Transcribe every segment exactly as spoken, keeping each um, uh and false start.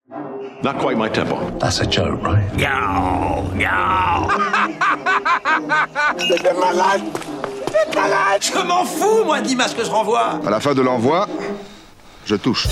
Not quite my tempo. That's a joke, right? Yo, yo. T'es malade. T'es malade. Je m'en fous, moi, d'image que je renvoie. À la fin de l'envoi, je touche.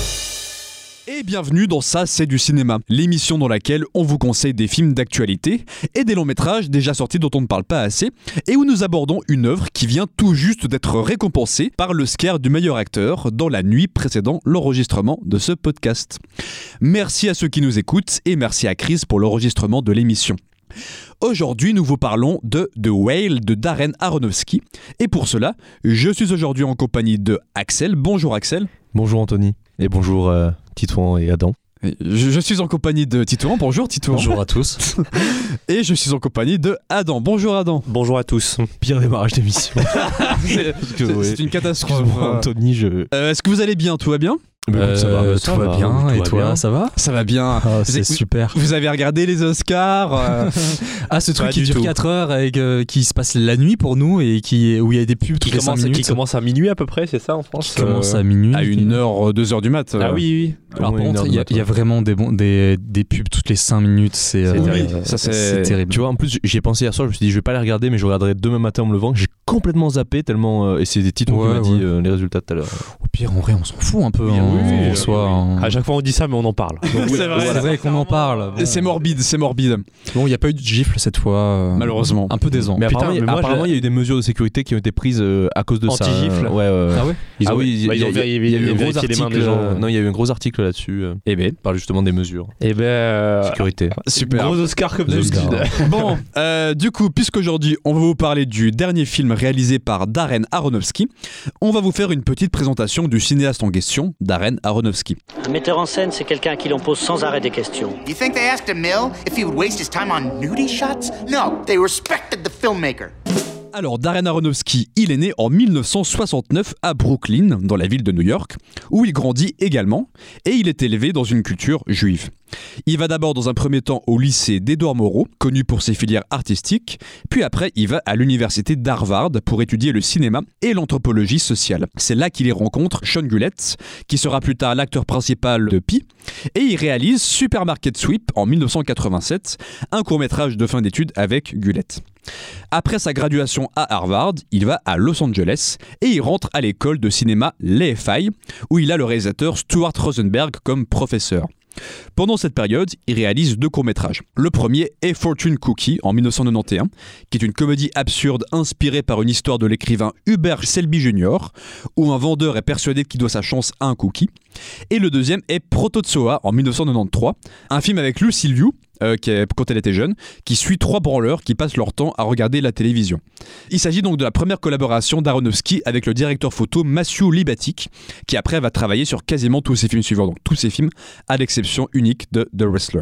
Et bienvenue dans Ça c'est du cinéma, l'émission dans laquelle on vous conseille des films d'actualité et des longs métrages déjà sortis dont on ne parle pas assez, et où nous abordons une œuvre qui vient tout juste d'être récompensée par l'Oscar du meilleur acteur dans la nuit précédant l'enregistrement de ce podcast. Merci à ceux qui nous écoutent et merci à Chris pour l'enregistrement de l'émission. Aujourd'hui, nous vous parlons de The Whale de Darren Aronofsky, et pour cela, je suis aujourd'hui en compagnie de Axel. Bonjour Axel. Bonjour Anthony, et bonjour euh, Titouan et Adam. Je, je suis en compagnie de Titouan. Bonjour Titouan. Bonjour à tous. Et je suis en compagnie de Adam. Bonjour Adam. Bonjour à tous. Pire démarrage d'émission. c'est, c'est, ouais. c'est une catastrophe. Anthony, je... Euh, est-ce que vous allez bien? Tout va bien? Euh, ça va, tout va bien. Tout et va toi, bien. Ça va? Ça va bien. Oh, c'est vous, super. Vous avez regardé les Oscars euh... Ah, ce truc Pas qui dure tout. quatre heures et euh, qui se passe la nuit pour nous et qui, où il y a des pubs qui toutes les cinq commence, minutes. qui commence à minuit à peu près, c'est ça en France? Qui commence euh... à minuit. À une heure, deux heures du mat. Ah oui, oui. Alors, par contre, il y, y a vraiment des, bon, des, des pubs toutes les cinq minutes. C'est, c'est, euh, terrible. Ça, c'est... c'est terrible. Tu vois, en plus, j'y ai pensé hier soir, je me suis dit, je vais pas les regarder, mais je regarderai demain matin en me levant. J'ai complètement zappé tellement. Euh, et c'est des titres ouais, qui m'a ouais. dit euh, les résultats tout à l'heure. Au pire, en vrai, on s'en fout un peu. Oui, hein, oui, oui, en oui, soi, oui. en... À chaque fois, on dit ça, mais on en parle. Donc, c'est vrai, c'est vrai qu'on en parle. Bon. C'est morbide, c'est morbide. Bon, il n'y a pas eu de gifle cette fois. Euh, Malheureusement. Un peu décevant. Mais Putain, apparemment, mais il, moi, apparemment je... il y a eu des mesures de sécurité qui ont été prises euh, à cause de ça. Anti-gifle. Euh, ouais, ouais. Ah ouais Ils ont, ah oui, oui, il y a, il y a, il y a, il y a eu un gros article. Les gens. Euh, non, il y a eu un gros article là-dessus. Euh, Eh ben, par justement des mesures. Eh ben, euh... sécurité. Super. Gros Oscar comme d'habitude. Bon, euh, du coup, puisqu'aujourd'hui on va vous parler du dernier film réalisé par Darren Aronofsky, on va vous faire une petite présentation du cinéaste en question, Darren Aronofsky. Un metteur en scène, c'est quelqu'un à qui l'on pose sans arrêt des questions. You think they asked Emil if he would waste his time on nudie shots? No, they respected the filmmaker. Alors, Darren Aronofsky, il est né en dix-neuf cent soixante-neuf à Brooklyn, dans la ville de New York, où il grandit également, et il est élevé dans une culture juive. Il va d'abord dans un premier temps au lycée d'Edouard Moreau, connu pour ses filières artistiques, puis après il va à l'université d'Harvard pour étudier le cinéma et l'anthropologie sociale. C'est là qu'il y rencontre Sean Gullett, qui sera plus tard l'acteur principal de Pi, et il réalise Supermarket Sweep en dix-neuf cent quatre-vingt-sept, un court-métrage de fin d'études avec Gullett. Après sa graduation à Harvard, il va à Los Angeles et il rentre à l'école de cinéma l'A F I, où il a le réalisateur Stuart Rosenberg comme professeur. Pendant cette période, il réalise deux courts-métrages. Le premier est Fortune Cookie en dix-neuf cent quatre-vingt-onze, qui est une comédie absurde inspirée par une histoire de l'écrivain Hubert Selby junior, où un vendeur est persuadé qu'il doit sa chance à un cookie. Et le deuxième est Protozoa en dix-neuf cent quatre-vingt-treize, un film avec Lucy Liu, euh, qui est, quand elle était jeune, qui suit trois branleurs qui passent leur temps à regarder la télévision. Il s'agit donc de la première collaboration d'Aronofsky avec le directeur photo Matthew Libatic, qui après va travailler sur quasiment tous ses films suivants, donc tous ses films, à l'exception unique de The Wrestler.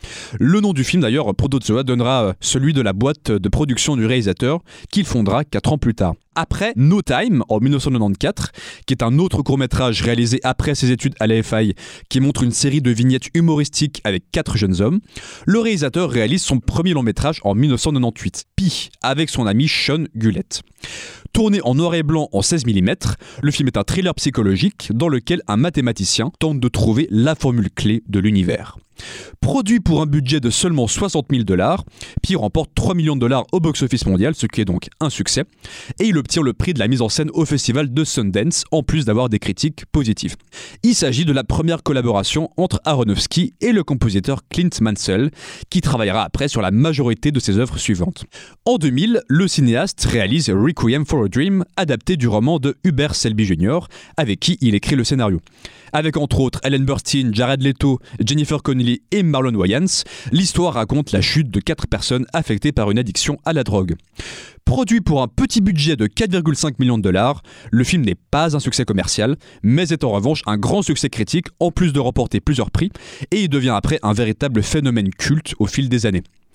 Le nom du film d'ailleurs, Protozoa, donnera celui de la boîte de production du réalisateur qu'il fondera quatre ans plus tard. Après No Time en dix-neuf cent quatre-vingt-quatorze, qui est un autre court-métrage réalisé après ses études à l'A F I, qui montre une série de vignettes humoristiques avec quatre jeunes hommes, le réalisateur réalise son premier long-métrage en dix-neuf cent quatre-vingt-dix-huit, Pi, avec son ami Sean Gullett. Tourné en noir et blanc en seize millimètres, le film est un thriller psychologique dans lequel un mathématicien tente de trouver la formule clé de l'univers. Produit pour un budget de seulement soixante mille dollars, Pi remporte trois millions de dollars au box-office mondial, ce qui est donc un succès, et il obtient le prix de la mise en scène au festival de Sundance, en plus d'avoir des critiques positives. Il s'agit de la première collaboration entre Aronofsky et le compositeur Clint Mansell, qui travaillera après sur la majorité de ses œuvres suivantes. En deux mille, le cinéaste réalise Requiem for a Dream, adapté du roman de Hubert Selby junior, avec qui il écrit le scénario. Avec entre autres Ellen Burstyn, Jared Leto, Jennifer Connelly et Marlon Wayans, l'histoire raconte la chute de quatre personnes affectées par une addiction à la drogue. Produit pour un petit budget de quatre virgule cinq millions de dollars, le film n'est pas un succès commercial, mais est en revanche un grand succès critique, en plus de remporter plusieurs prix, et il devient après un véritable phénomène culte au fil des années.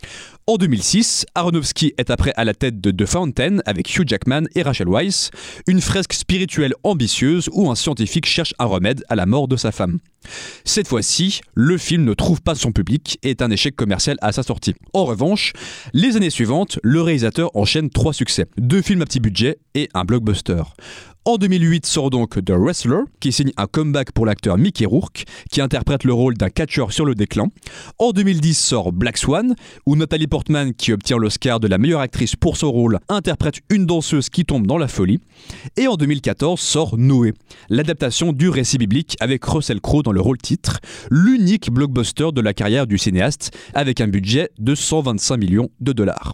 En deux mille six, Aronofsky est après à la tête de The Fountain avec Hugh Jackman et Rachel Weisz, une fresque spirituelle ambitieuse où un scientifique cherche un remède à la mort de sa femme. Cette fois-ci, le film ne trouve pas son public et est un échec commercial à sa sortie. En revanche, les années suivantes, le réalisateur enchaîne trois succès, deux films à petit budget et un blockbuster. En deux mille huit sort donc The Wrestler, qui signe un comeback pour l'acteur Mickey Rourke, qui interprète le rôle d'un catcheur sur le déclin. En deux mille dix sort Black Swan, où Natalie Portman, qui obtient l'Oscar de la meilleure actrice pour son rôle, interprète une danseuse qui tombe dans la folie. Et en deux mille quatorze sort Noé, l'adaptation du récit biblique avec Russell Crowe dans le rôle titre, l'unique blockbuster de la carrière du cinéaste, avec un budget de cent vingt-cinq millions de dollars.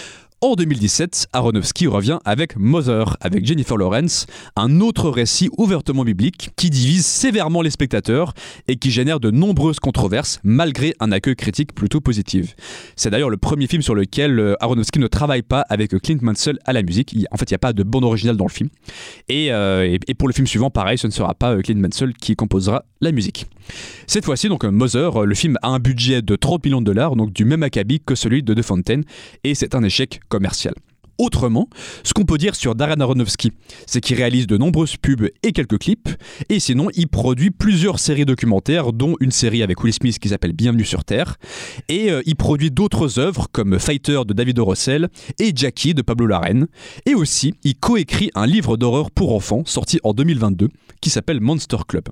En deux mille dix-sept, Aronofsky revient avec Mother, avec Jennifer Lawrence, un autre récit ouvertement biblique qui divise sévèrement les spectateurs et qui génère de nombreuses controverses malgré un accueil critique plutôt positif. C'est d'ailleurs le premier film sur lequel Aronofsky ne travaille pas avec Clint Mansell à la musique. En fait, il n'y a pas de bande originale dans le film. Et, euh, et pour le film suivant, pareil, ce ne sera pas Clint Mansell qui composera la musique. Cette fois-ci, donc Mother, le film a un budget de trente millions de dollars, donc du même acabit que celui de The Fountain, et c'est un échec commercial. Autrement, ce qu'on peut dire sur Darren Aronofsky, c'est qu'il réalise de nombreuses pubs et quelques clips, et sinon il produit plusieurs séries documentaires, dont une série avec Will Smith qui s'appelle Bienvenue sur Terre, et euh, il produit d'autres œuvres comme Fighter de David O. Russell et Jackie de Pablo Larraín, et aussi il coécrit un livre d'horreur pour enfants sorti en deux mille vingt-deux qui s'appelle Monster Club.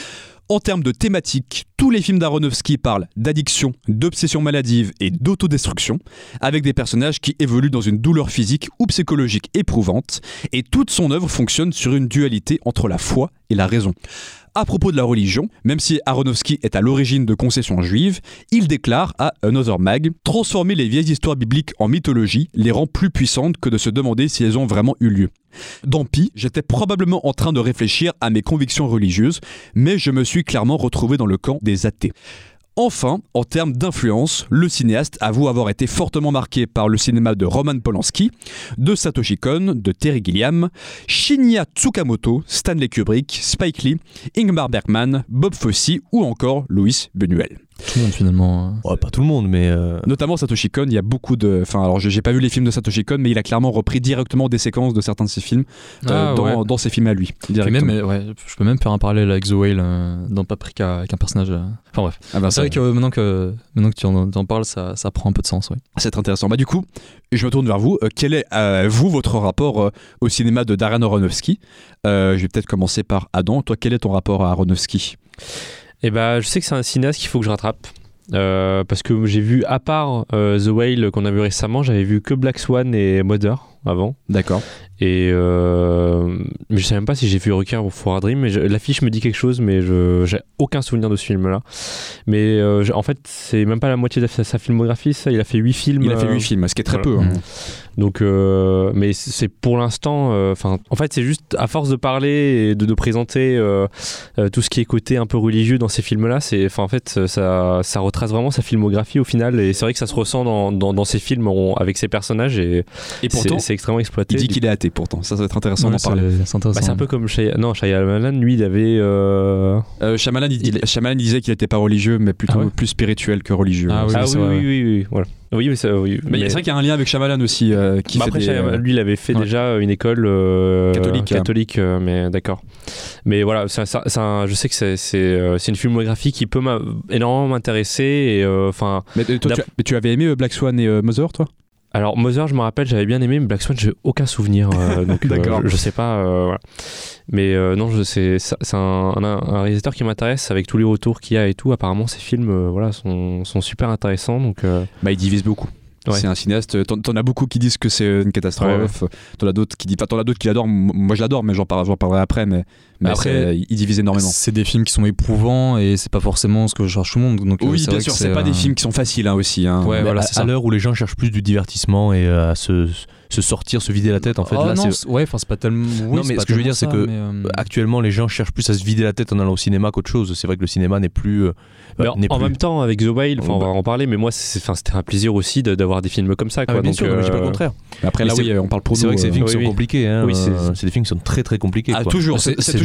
En termes de thématiques, tous les films d'Aronofsky parlent d'addiction, d'obsession maladive et d'autodestruction, avec des personnages qui évoluent dans une douleur physique ou psychologique éprouvante, et toute son œuvre fonctionne sur une dualité entre la foi et la raison. À propos de la religion, même si Aronofsky est à l'origine de concessions juives, il déclare à Another Mag « Transformer les vieilles histoires bibliques en mythologie les rend plus puissantes que de se demander si elles ont vraiment eu lieu. Dans Pi, j'étais probablement en train de réfléchir à mes convictions religieuses, mais je me suis clairement retrouvé dans le camp des athées. » Enfin, en termes d'influence, le cinéaste avoue avoir été fortement marqué par le cinéma de Roman Polanski, de Satoshi Kon, de Terry Gilliam, Shinya Tsukamoto, Stanley Kubrick, Spike Lee, Ingmar Bergman, Bob Fosse ou encore Luis Buñuel. Tout le monde finalement. Ouais, pas tout le monde, mais. Euh... Notamment Satoshi Kon, il y a beaucoup de. Enfin, alors j'ai pas vu les films de Satoshi Kon, mais il a clairement repris directement des séquences de certains de ses films euh, ah, dans, ouais. dans ses films à lui. Même, ouais, je peux même faire un parallèle avec The Whale euh, dans Paprika, avec un personnage. Euh... Enfin bref. Ah bah, c'est vrai que euh, maintenant que, maintenant que tu en, en parles, ça, ça prend un peu de sens. Ouais. C'est très intéressant. Bah, du coup, je me tourne vers vous. Euh, quel est, euh, vous, votre rapport euh, au cinéma de Darren Aronofsky euh, Je vais peut-être commencer par Adam. Toi, quel est ton rapport à Aronofsky ? Eh bah, je sais que c'est un cinéaste qu'il faut que je rattrape. Euh, parce que j'ai vu, à part euh, The Whale qu'on a vu récemment, j'avais vu que Black Swan et Mother avant. D'accord. Et euh, mais je sais même pas si j'ai vu Requiem for a Dream, mais je, l'affiche me dit quelque chose, mais je j'ai aucun souvenir de ce film-là. Mais euh, je, en fait, c'est même pas la moitié de sa, sa filmographie. Ça, il a fait huit films. Il a fait huit euh, films, ce qui est très voilà. peu. Hein. Donc, euh, mais c'est pour l'instant. Enfin, euh, en fait, c'est juste à force de parler et de, de présenter euh, euh, tout ce qui est côté un peu religieux dans ces films-là. C'est, enfin, en fait, ça, ça retrace vraiment sa filmographie au final. Et c'est vrai que ça se ressent dans, dans, dans ces films on, avec ses personnages et, et pourtant, c'est, c'est extrêmement exploité. Il dit qu'il est athée pourtant. Ça, ça va être intéressant ouais, d'en parler. C'est, c'est, bah, c'est un peu comme Shyamalan. Non, Shyamalan, lui, il avait. Euh... Euh, Shyamalan, il, il, Shyamalan disait qu'il n'était pas religieux, mais plutôt ah ouais plus spirituel que religieux. Ah oui, ah, oui, oui, oui, oui, voilà. Oui, mais, ça, oui, mais, mais c'est vrai qu'il y a un lien avec Shyamalan aussi. Euh, qui bah fait après, des, Shyamalan, lui, il avait fait ouais. déjà une école euh, catholique, catholique euh, mais d'accord. Mais voilà, c'est, c'est, c'est un, je sais que c'est, c'est, c'est une filmographie qui peut m'a, énormément m'intéresser. Et, euh, mais, toi, tu, mais tu avais aimé Black Swan et euh, Mother, toi ? Alors Mother, je me rappelle, j'avais bien aimé, mais Black Swan, j'ai aucun souvenir, euh, donc euh, je, je sais pas. Euh, voilà. Mais euh, non, je sais, c'est, c'est un, un, un réalisateur qui m'intéresse avec tous les retours qu'il y a et tout. Apparemment, ces films, euh, voilà, sont, sont super intéressants. Donc, euh... bah, il divise beaucoup. Ouais. C'est un cinéaste. T'en, t'en as beaucoup qui disent que c'est une catastrophe. Ouais, ouais. T'en as d'autres qui disent pas. T'en as d'autres qui l'adorent. Moi, je l'adore, mais j'en, parle, j'en parlerai après. Mais, mais après, il divise énormément. C'est des films qui sont éprouvants et c'est pas forcément ce que je cherche tout le monde. Donc, oui, c'est bien sûr. C'est, c'est pas euh... des films qui sont faciles hein, aussi. Hein. Ouais, voilà, c'est à, à l'heure où les gens cherchent plus du divertissement et à se se sortir, se vider la tête en fait. Oh, là, non, c'est... c'est... ouais, enfin c'est pas tellement. Oui, non, mais ce que je veux dire, ça, c'est que euh... actuellement, les gens cherchent plus à se vider la tête en allant au cinéma qu'autre chose. C'est vrai que le cinéma n'est plus. Euh, mais en, n'est en plus... même temps, avec The Whale, on va en parler, mais moi, c'est, c'était un plaisir aussi de, d'avoir des films comme ça. Quoi. Ah, bien donc, sûr, euh... je dis pas le contraire. Mais après, là, mais oui, on parle pour nous. C'est vrai que c'est des films euh... qui sont oui, compliqués. Hein. Oui, c'est... c'est des films qui sont très très compliqués. Ah, quoi. toujours. C'est, c'est, c'est, c'est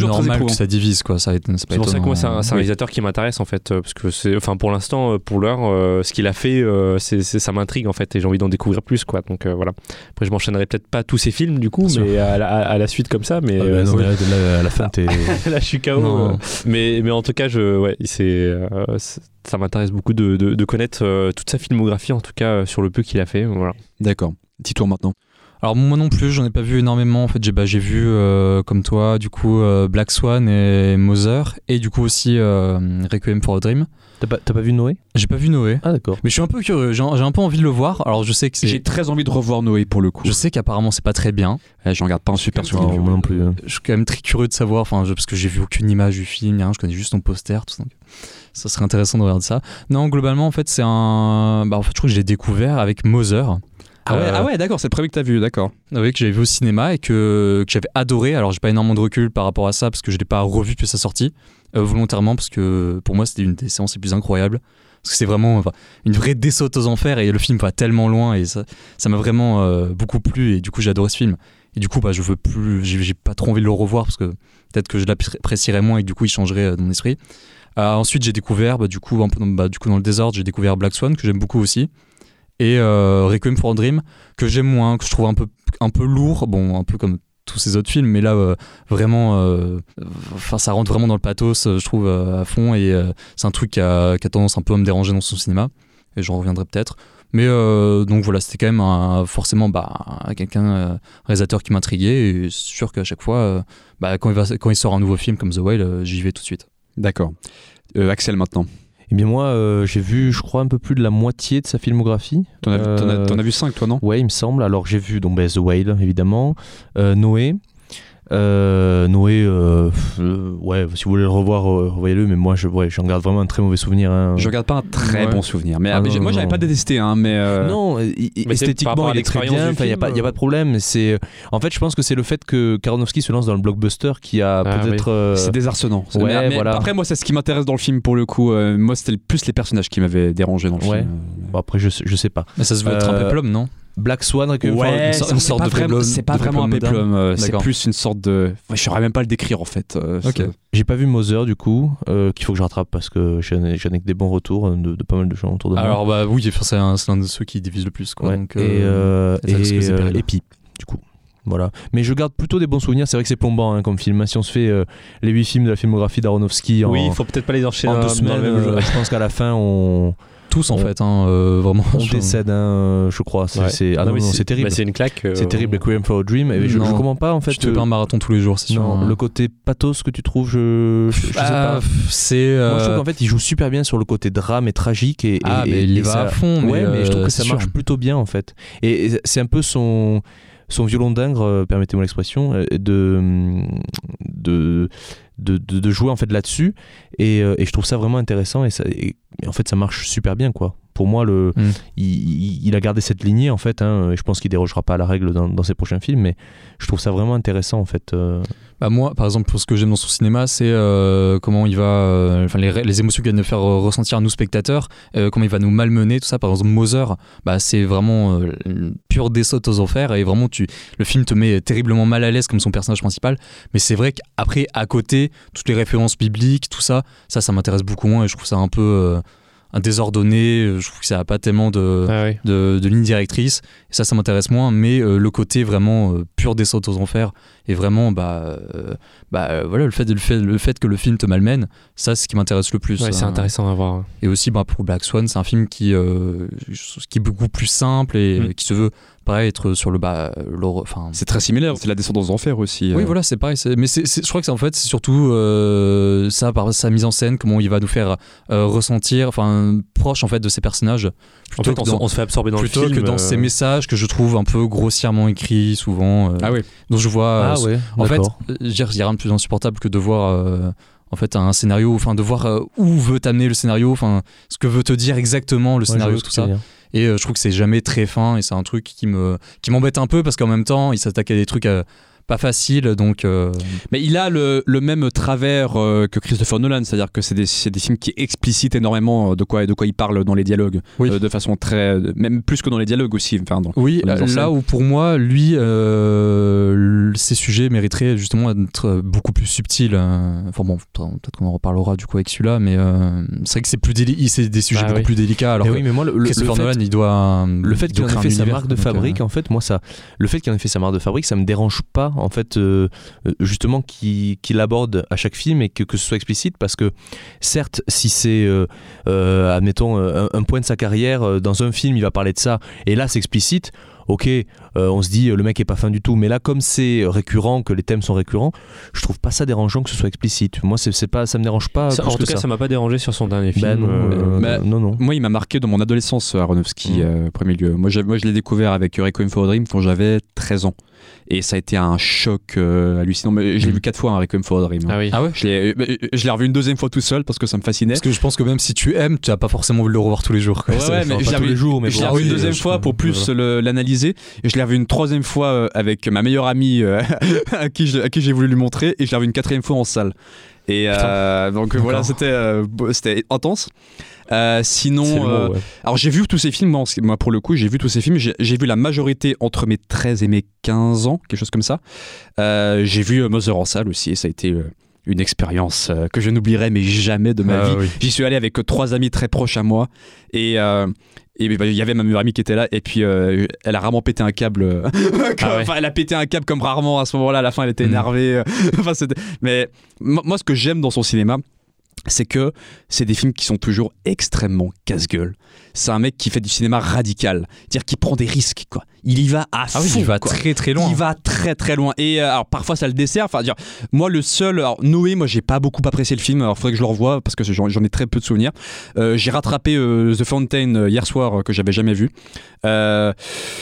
toujours très normal éprouvant. que ça divise, quoi. Ça, c'est pas C'est pour ça que moi, c'est un, c'est un oui. réalisateur qui m'intéresse en fait, euh, parce que c'est, enfin, pour l'instant, euh, pour l'heure, euh, ce qu'il a fait, euh, c'est, c'est, ça m'intrigue en fait, et j'ai envie d'en découvrir plus, quoi. Donc euh, voilà. Après, je m'enchaînerai peut-être pas tous ces films du coup, Bien mais à la, à la suite comme ça, mais Ah, euh, bah non, c'est- mais là, là, à la fin, t'es. là, je suis K O. Non. euh, mais, mais en tout cas, je, ouais, c'est, euh, c'est- ça m'intéresse beaucoup de, de, de connaître euh, toute sa filmographie, en tout cas euh, sur le peu qu'il a fait. Voilà. D'accord. Dis-toi maintenant. Alors moi non plus, j'en ai pas vu énormément. En fait, j'ai, bah, j'ai vu euh, comme toi, du coup, euh, Black Swan et Mother, et du coup aussi euh, Requiem for a Dream. T'as pas, t'as pas vu Noé? J'ai pas vu Noé, Ah, d'accord. mais je suis un peu curieux. J'ai, j'ai un peu envie de le voir. Alors je sais que c'est, J'ai très envie de revoir Noé pour le coup. je sais qu'apparemment c'est pas très bien. Eh, j'en garde pas un super Non, souvenir. moi non plus. hein. Je suis quand même très curieux de savoir, enfin, je- parce que j'ai vu aucune image du film, ni rien, je connais juste son poster, tout ça. Donc ça serait intéressant de regarder ça. Non, globalement, en fait, c'est un. Bah, en fait, je crois que je l'ai découvert avec Mother. Ah ouais, Euh, ah ouais, d'accord, c'est le premier que t'as vu, d'accord. Oui, que j'avais vu au cinéma et que, que j'avais adoré. Alors, j'ai pas énormément de recul par rapport à ça parce que je l'ai pas revu depuis sa sortie, euh, volontairement, parce que pour moi, c'était une des séances les plus incroyables. Parce que c'est vraiment enfin, une vraie descente aux enfers et le film va tellement loin et ça, ça m'a vraiment euh, beaucoup plu et du coup, j'ai adoré ce film. Et du coup, bah, je veux plus, j'ai, j'ai pas trop envie de le revoir parce que peut-être que je l'apprécierais moins et que du coup, il changerait euh, de mon esprit. Euh, ensuite, j'ai découvert, bah, du coup, un peu dans, bah, du coup, dans le désordre, j'ai découvert Black Swan que j'aime beaucoup aussi. Et euh, Requiem for a Dream que j'aime moins, que je trouve un peu, un peu lourd, bon un peu comme tous ces autres films, mais là euh, vraiment, euh, enfin ça rentre vraiment dans le pathos, euh, je trouve euh, à fond et euh, c'est un truc qui a, qui a tendance un peu à me déranger dans son cinéma et j'en reviendrai peut-être. Mais euh, donc voilà, c'était quand même un, forcément bah, quelqu'un, euh, réalisateur qui m'intriguait et c'est sûr qu'à chaque fois, euh, bah, quand, il va, quand il sort un nouveau film comme The Whale, euh, j'y vais tout de suite. D'accord. Euh, Axel maintenant. Eh bien, moi, euh, j'ai vu, je crois, un peu plus de la moitié de sa filmographie. T'en as, Euh, t'en as- t'en as vu cinq toi, non? Ouais, il me semble. Alors, j'ai vu donc, bah, The Whale, évidemment. Euh, Noé. Euh, Noé, euh, euh, ouais, si vous voulez le revoir, euh, revoyez-le, mais moi, je, ouais, j'en garde vraiment un très mauvais souvenir. Hein. Je regarde pas un très Ouais. bon souvenir. Mais, Ah mais non, j'ai- moi, non, j'avais non. pas détesté, hein, mais. euh, Non, euh, i- Mais c'est par rapport esthétiquement, à il est très l'expérience bien. du Enfin, il n'y a, film, pas- y a euh. pas de problème. C'est, en fait, je pense que c'est le fait que Aronofsky se lance dans le blockbuster qui a Ah, peut-être. euh, C'est désarçonnant. ouais, mais, mais voilà. Après, moi, c'est ce qui m'intéresse dans le film pour le coup. Euh, moi, c'était plus les personnages qui m'avaient dérangé dans le Ouais. film. Bon, après, je, sais- je sais pas. Mais ça se veut être un Euh, peplum, non? Black Swan, Requiem for a- Ouais, une c'est sorte- une sorte pas de vraiment, péplum- c'est pas de vraiment un péplum péplum. euh, c'est D'accord. plus une sorte de. Ouais, je saurais même pas le décrire en fait. euh, Ok. c'est- J'ai pas vu Mother du coup, euh, qu'il faut que je rattrape parce que j'en ai, j'en ai que des bons retours de, de pas mal de gens autour de moi. Alors bah oui, enfin, c'est un, c'est l'un de ceux qui divisent le plus, quoi. Ouais, Donc, et, euh, euh, ça risque et, de se euh, périller. et puis, du coup, voilà. Mais je garde plutôt des bons souvenirs. C'est vrai que c'est plombant hein, comme film. Si on se fait euh, les huit films de la filmographie d'Aronofsky en, Oui, il faut peut-être pas les enchaîner en deux dans- dans semaines, le même euh, jeu. je pense qu'à la fin on, tous en on- fait, hein, euh, vraiment. on Je- décède, hein, je crois. C'est, Ouais. c'est- ah non, mais non, c'est terrible. bah, c'est une claque. euh, c'est terrible, Requiem for a Dream. Et je, Non. je comprends pas en fait. Tu te fais pas un euh, marathon tous les jours, c'est sûr. non, hein. le côté pathos que tu trouves, je, je, je sais Ah, pas. c'est. Moi, je trouve euh, qu'en fait, il joue super bien sur le côté drame et tragique. Et, Ah, et- mais et- il y et va ça- à fond, mais, ouais, mais je trouve euh, que ça c'est marche sûr. plutôt bien, en fait. Et et c'est un peu son, son violon d'ingre, euh, permettez-moi l'expression, euh, de, de, de, de, de jouer en fait là-dessus. Et, euh, et je trouve ça vraiment intéressant. Et, ça, et, et en fait, ça marche super bien, quoi. Pour moi, le, Mm. il, il- il a gardé cette lignée, en fait. Hein, et je pense qu'il dérogera pas à la règle dans, dans ses prochains films. Mais je trouve ça vraiment intéressant, en fait. euh. Bah moi, par exemple, pour ce que j'aime dans son cinéma, c'est euh, comment il va, euh, enfin les, les émotions qu'il va nous faire euh, ressentir à nous spectateurs, euh, comment il va nous malmener, tout ça. Par exemple, Mother, bah c'est vraiment euh, une pure descente aux enfers et vraiment tu, le film te met terriblement mal à l'aise comme son personnage principal. Mais c'est vrai qu'après, à côté, toutes les références bibliques, tout ça, ça, ça m'intéresse beaucoup moins et je trouve ça un peu euh, un désordonné. Je trouve que ça n'a pas tellement de Ah oui. de, de ligne directrice et ça ça m'intéresse moins, mais euh, le côté vraiment euh, pur descente aux enfers et vraiment bah, euh, bah euh, voilà le fait, le, fait, le fait que le film te malmène, ça c'est ce qui m'intéresse le plus. Ouais, c'est hein. intéressant à voir. Et aussi bah, pour Black Swan, c'est un film qui, euh, qui est beaucoup plus simple et Mm. qui se veut pareil être sur le bas l'horreur, enfin C'est très similaire. C'est la descente aux enfers aussi. oui, euh. voilà, c'est pareil. c'est- Mais c'est, c'est- je crois que c'est en fait, c'est surtout euh, ça par sa mise en scène, comment il va nous faire euh, ressentir, enfin proche en fait de ses personnages. En Plutôt fait, que on, se- dans- on se fait absorber dans plutôt le film. que dans euh, ces messages que je trouve un peu grossièrement écrits souvent. euh, Ah oui. Donc je vois. Ah euh, ouais, en fait, d'accord. euh, je veux dire, il y a rien de plus insupportable que de voir. euh, en fait, un scénario, enfin de voir euh, où veut t'amener le scénario, enfin ce que veut te dire exactement le Ouais, je scénario, vois ce tout que tu ça. veux dire. Et euh, je trouve que c'est jamais très fin et c'est un truc qui me qui m'embête un peu parce qu'en même temps, il s'attaque à des trucs euh, pas facile, donc. Euh... Mais il a le, le même travers euh, que Christopher Nolan, c'est-à-dire que c'est des, c'est des films qui explicitent énormément de quoi, de quoi il parle dans les dialogues, oui. euh, de façon très, même plus que dans les dialogues aussi. Enfin, dans, oui, dans là où pour moi, lui, euh, ces sujets mériteraient justement d'être beaucoup plus subtils. Euh, enfin bon, peut-être qu'on en reparlera du coup avec celui-là, mais euh, c'est vrai que c'est plus déli- c'est des sujets ah, beaucoup oui. plus délicats. Alors mais oui, mais moi, le, Christopher le fait, Nolan, il doit le fait qu'il en ait fait sa marque de fabrique, euh... en fait, moi ça, le fait qu'il en ait fait sa marque de fabrique, ça me dérange pas, en fait, euh, justement qu'il, qu'il aborde à chaque film et que, que ce soit explicite, parce que certes, si c'est, euh, euh, admettons, un, un point de sa carrière euh, dans un film, il va parler de ça, et là c'est explicite. Ok, euh, on se dit le mec est pas fin du tout, mais là comme c'est récurrent, que les thèmes sont récurrents, je trouve pas ça dérangeant que ce soit explicite. Moi c'est, c'est pas, ça me dérange pas. Ça, en tout cas, ça. ça m'a pas dérangé sur son dernier film. Ben non, euh, bah, non, non. Moi il m'a marqué dans mon adolescence, Aronofsky, mmh. euh, premier lieu. Moi, moi je l'ai découvert avec Requiem for a Dream quand j'avais treize ans. Et ça a été un choc euh, hallucinant. Mais je l'ai mmh. vu quatre fois, hein, Requiem for a Dream. Ah oui. Ah ouais. Je l'ai, je l'ai revu une deuxième fois tout seul parce que ça me fascinait. Parce que je pense que même si tu aimes, tu n'as pas forcément voulu le revoir tous les jours. Quoi. Ouais, ouais, mais je l'ai revu, jours, mais je l'ai revu une deuxième fois pour plus le, l'analyser. Et je l'ai revu une troisième fois euh, avec ma meilleure amie euh, à, qui je, à qui j'ai voulu lui montrer. Et je l'ai revu une quatrième fois en salle. Et euh, donc D'accord. voilà, c'était, euh, c'était intense. Euh, sinon, euh, mot, ouais. alors j'ai vu tous ces films, moi, moi pour le coup, j'ai vu tous ces films, j'ai, j'ai vu la majorité entre mes treize et mes quinze ans, quelque chose comme ça. Euh, j'ai vu Mother en salle aussi, et ça a été euh, une expérience euh, que je n'oublierai mais jamais de ma ah, vie. Oui. J'y suis allé avec trois amis très proches à moi, et euh, et il y avait ma meilleure amie qui était là, et puis euh, elle a rarement pété un câble. comme, ah ouais. Enfin, elle a pété un câble comme rarement à ce moment-là. À la fin, elle était énervée. Mmh. enfin, c'était... Mais moi, ce que j'aime dans son cinéma, c'est que c'est des films qui sont toujours extrêmement casse-gueule. C'est un mec qui fait du cinéma radical, c'est-à-dire qu'il prend des risques, quoi. Il y va à ah fond. Oui, il va quoi. très très loin. Il va très très loin. Et euh, alors parfois ça le dessert. Enfin, dire, moi le seul, alors Noé, moi j'ai pas beaucoup apprécié le film. Alors faudrait que je le revoie parce que j'en, j'en ai très peu de souvenirs. Euh, j'ai rattrapé euh, The Fountain euh, hier soir euh, que j'avais jamais vu. Euh,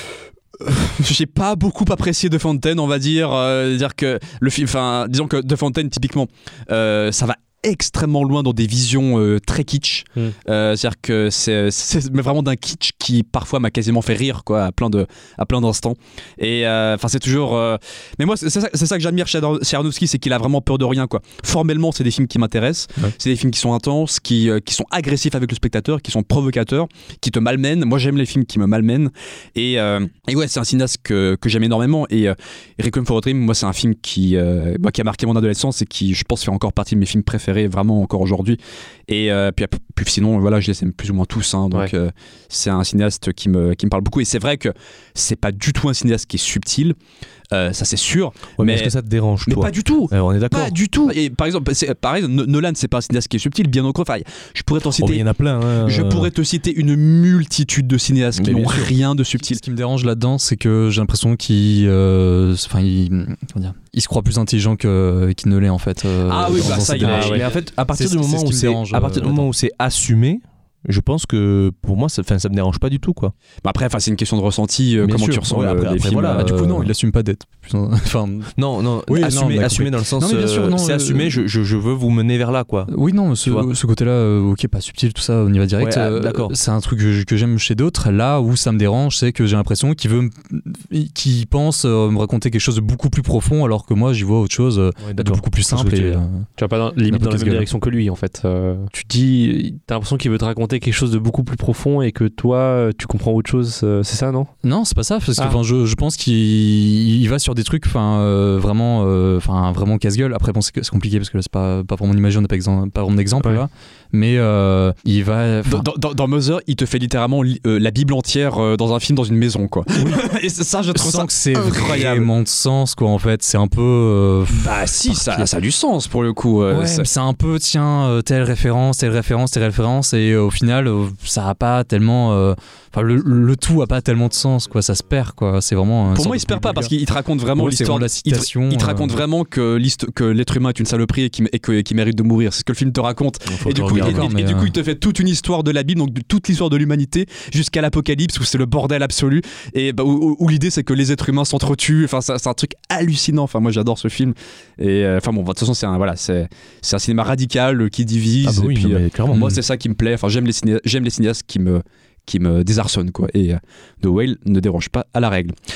j'ai pas beaucoup apprécié The Fountain, on va dire. Euh, dire que le film, enfin, disons que The Fountain typiquement, euh, ça va extrêmement loin dans des visions euh, très kitsch. Mm. Euh, c'est-à-dire que c'est, c'est vraiment d'un kitsch qui parfois m'a quasiment fait rire, quoi, à plein de, à plein d'instants. Et enfin, euh, c'est toujours. Euh... Mais moi, c'est ça, c'est ça que j'admire chez Aronofsky, c'est qu'il a vraiment peur de rien, quoi. Formellement, c'est des films qui m'intéressent. Ouais. C'est des films qui sont intenses, qui, euh, qui sont agressifs avec le spectateur, qui sont provocateurs, qui te malmènent. Moi, j'aime les films qui me malmènent. Et, euh, et ouais, c'est un cinéaste que, que j'aime énormément. Et euh, Requiem for a Dream, moi, c'est un film qui, euh, bah, qui a marqué mon adolescence et qui, je pense, fait encore partie de mes films préférés. Vraiment encore aujourd'hui. Et euh, puis, puis sinon voilà, je les aime plus ou moins tous, hein, donc ouais. euh, c'est un cinéaste qui me, qui me parle beaucoup. Et c'est vrai que c'est pas du tout un cinéaste qui est subtil, euh, ça c'est sûr. Ouais, mais, mais est-ce que ça te dérange, mais toi? Pas du tout. Euh, on est d'accord. Pas du tout. Et par exemple, c'est, pareil, Nolan, c'est pas un cinéaste qui est subtil, bien au contraire. Je pourrais t'en citer. Il oh, y en a plein. Hein, je euh... pourrais te citer une multitude de cinéastes qui n'ont rien de subtil. Ce qui me dérange là-dedans, c'est que j'ai l'impression qu'il, euh, enfin, il, comment dire, il se croit plus intelligent que, qu'il ne l'est en fait. Euh, ah oui, bah ça, il ah, ouais. Mais en fait, à partir c'est, du moment c'est où c'est, dérange, à partir du moment où c'est assumé, je pense que pour moi ça, ça me dérange pas du tout, quoi. Bah après c'est une question de ressenti, euh, comment sûr, tu ressens ouais, après, les après, films voilà, euh... ah, du coup non, il assume pas d'être enfin non non oui, assumé, non, assumé dans le sens non, mais bien sûr, non, c'est euh... assumé, je, je, je veux vous mener vers là, quoi. Oui non, ce, ce côté-là euh, OK, pas subtil, tout ça, on y va direct. Ouais, ah, euh, d'accord. C'est un truc que, que j'aime chez d'autres. Là où ça me dérange, c'est que j'ai l'impression qu'il veut qu'il pense euh, me raconter quelque chose de beaucoup plus profond, alors que moi j'y vois autre chose euh, ouais, de beaucoup plus simple. Et, euh, tu vas pas dans, limite dans la même direction que lui en fait. Euh, tu te dis, t'as l'impression qu'il veut te raconter quelque chose de beaucoup plus profond et que toi tu comprends autre chose, euh, c'est ça, non? Non, c'est pas ça, parce que ah. je, je pense qu'il il va sur des trucs enfin euh, vraiment enfin euh, vraiment casse-gueule. Après bon, c'est, c'est compliqué parce que là c'est pas pas vraiment l'image, on n'a pas, exemple, pas vraiment d'exemple ouais. là, mais euh, il va dans, dans, dans Mother, il te fait littéralement euh, la Bible entière euh, dans un film, dans une maison, quoi. Oui. Et ça, je trouve je ça que c'est incroyable. Vraiment de sens, quoi, en fait. C'est un peu euh, bah si, ça, ça a du sens pour le coup. Euh, ouais, c'est... c'est un peu tiens euh, telle référence, telle référence, telle référence, et euh, au final euh, ça a pas tellement euh, enfin le, le tout a pas tellement de sens, quoi. Ça se perd, quoi. C'est vraiment pour moi il se perd pas parce qu'il te raconte vraiment ouais, l'histoire de la citation. Il te, il te raconte euh... vraiment que, que l'être humain est une saloperie et qu'il et qui mérite de mourir. C'est ce que le film te raconte. Et du coup, et, et, et du coup il te fait toute une histoire de la Bible, donc de toute l'histoire de l'humanité jusqu'à l'Apocalypse où c'est le bordel absolu et bah, où, où l'idée c'est que les êtres humains s'entretuent. Enfin c'est, c'est un truc hallucinant. Enfin moi j'adore ce film. Et enfin euh, bon de toute façon c'est un voilà c'est c'est un cinéma radical qui divise. Ah bah oui, et puis non, mais clairement, moi c'est ça qui me plaît. Enfin j'aime les ciné- j'aime les cinéastes qui me qui me désarçonnent, quoi. Et euh, The Whale ne dérange pas à la règle.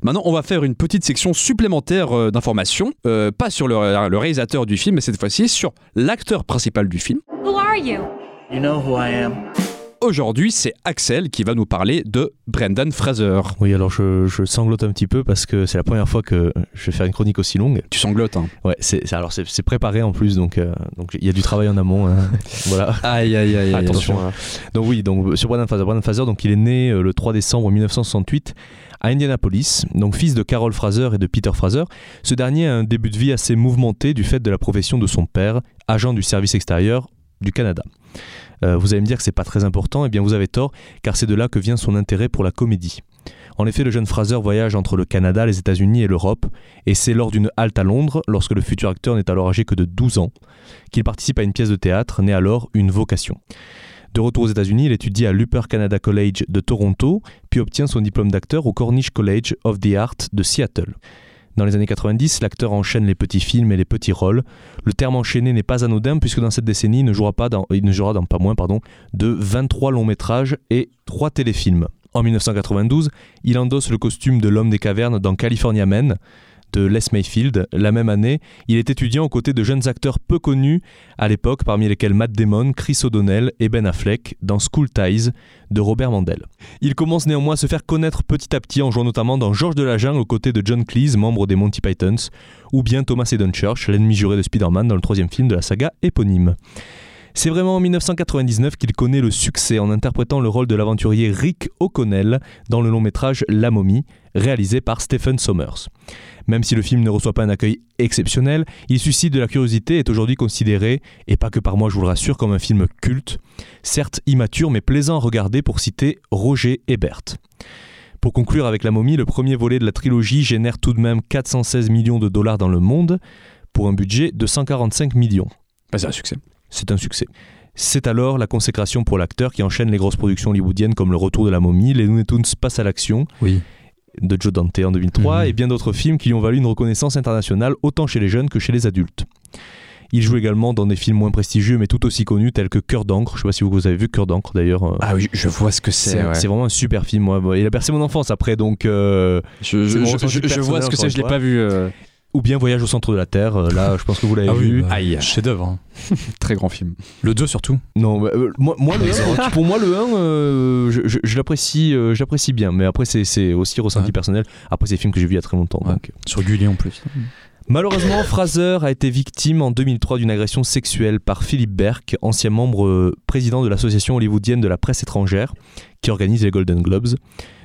Maintenant, on va faire une petite section supplémentaire euh, d'informations, euh, pas sur le, le réalisateur du film, mais cette fois-ci sur l'acteur principal du film. Who are you? You know who I am. Aujourd'hui, c'est Axel qui va nous parler de Brendan Fraser. Oui, alors je, je sanglote un petit peu parce que c'est la première fois que je vais faire une chronique aussi longue. Tu sanglotes, hein. Ouais, c'est, c'est, alors c'est, c'est préparé en plus, donc euh, donc il y a du travail en amont. Hein. Voilà. Aïe, aïe, aïe, aïe. Attention. Hein. Donc oui, donc sur Brendan Fraser, Brendan Fraser, donc il est né euh, le trois décembre mille neuf cent soixante-huit à Indianapolis, donc fils de Carol Fraser et de Peter Fraser. Ce dernier a un début de vie assez mouvementé du fait de la profession de son père, agent du service extérieur du Canada. Euh, vous allez me dire que c'est pas très important, eh bien vous avez tort, car c'est de là que vient son intérêt pour la comédie. En effet, le jeune Fraser voyage entre le Canada, les États-Unis et l'Europe, et c'est lors d'une halte à Londres, lorsque le futur acteur n'est alors âgé que de douze ans, qu'il participe à une pièce de théâtre, née alors une vocation. De retour aux États-Unis, il étudie à l'Upper Canada College de Toronto, puis obtient son diplôme d'acteur au Cornish College of the Art de Seattle. Dans les années quatre-vingt-dix, l'acteur enchaîne les petits films et les petits rôles. Le terme enchaîné n'est pas anodin puisque dans cette décennie, il ne jouera, pas dans, il ne jouera dans pas moins pardon, de vingt-trois longs métrages et trois téléfilms. En mille neuf cent quatre-vingt-douze, il endosse le costume de l'homme des cavernes dans California Man de Les Mayfield. La même année, il est étudiant aux côtés de jeunes acteurs peu connus à l'époque, parmi lesquels Matt Damon, Chris O'Donnell et Ben Affleck dans School Ties de Robert Mandel. Il commence néanmoins à se faire connaître petit à petit en jouant notamment dans Georges de la Jungle aux côtés de John Cleese, membre des Monty Pythons, ou bien Thomas Haden Church, l'ennemi juré de Spider-Man dans le troisième film de la saga éponyme. C'est vraiment en mille neuf cent quatre-vingt-dix-neuf qu'il connaît le succès en interprétant le rôle de l'aventurier Rick O'Connell dans le long métrage La Momie, réalisé par Stephen Sommers. Même si le film ne reçoit pas un accueil exceptionnel, il suscite de la curiosité et est aujourd'hui considéré, et pas que par moi je vous le rassure, comme un film culte, certes immature mais plaisant à regarder pour citer Roger Ebert. Pour conclure avec La Momie, le premier volet de la trilogie génère tout de même quatre cent seize millions de dollars dans le monde, pour un budget de cent quarante-cinq millions. Bah, c'est un succès. C'est un succès. C'est alors la consécration pour l'acteur qui enchaîne les grosses productions hollywoodiennes comme Le Retour de la Momie, Les Looney Tunes passent à l'action, oui. de Joe Dante en deux mille trois, mmh. et bien d'autres films qui lui ont valu une reconnaissance internationale autant chez les jeunes que chez les adultes. Il joue également dans des films moins prestigieux mais tout aussi connus tels que Cœur d'encre. Je ne sais pas si vous avez vu Cœur d'encre d'ailleurs. Ah oui, je vois ce que c'est. C'est, ouais. c'est vraiment un super film. Moi. Il a bercé mon enfance après, donc euh, je, je, je, je, je vois ce que c'est. Je l'ai pas vu. Euh... Ou bien Voyage au centre de la Terre. Là, je pense que vous l'avez ah vu. Oui, bah, Aïe, chef-d'œuvre. Hein. Très grand film. Le deux surtout. Non, bah, euh, moi, moi le un, pour moi le un, euh, je, je, je l'apprécie, euh, je l'apprécie bien. Mais après c'est, c'est aussi ressenti ouais. personnel. Après c'est des films que j'ai vus il y a très longtemps. Ouais. Donc. Sur Gulli en plus. Malheureusement, Fraser a été victime en deux mille trois d'une agression sexuelle par Philippe Berk, ancien membre euh, président de l'association hollywoodienne de la presse étrangère, qui organise les Golden Globes.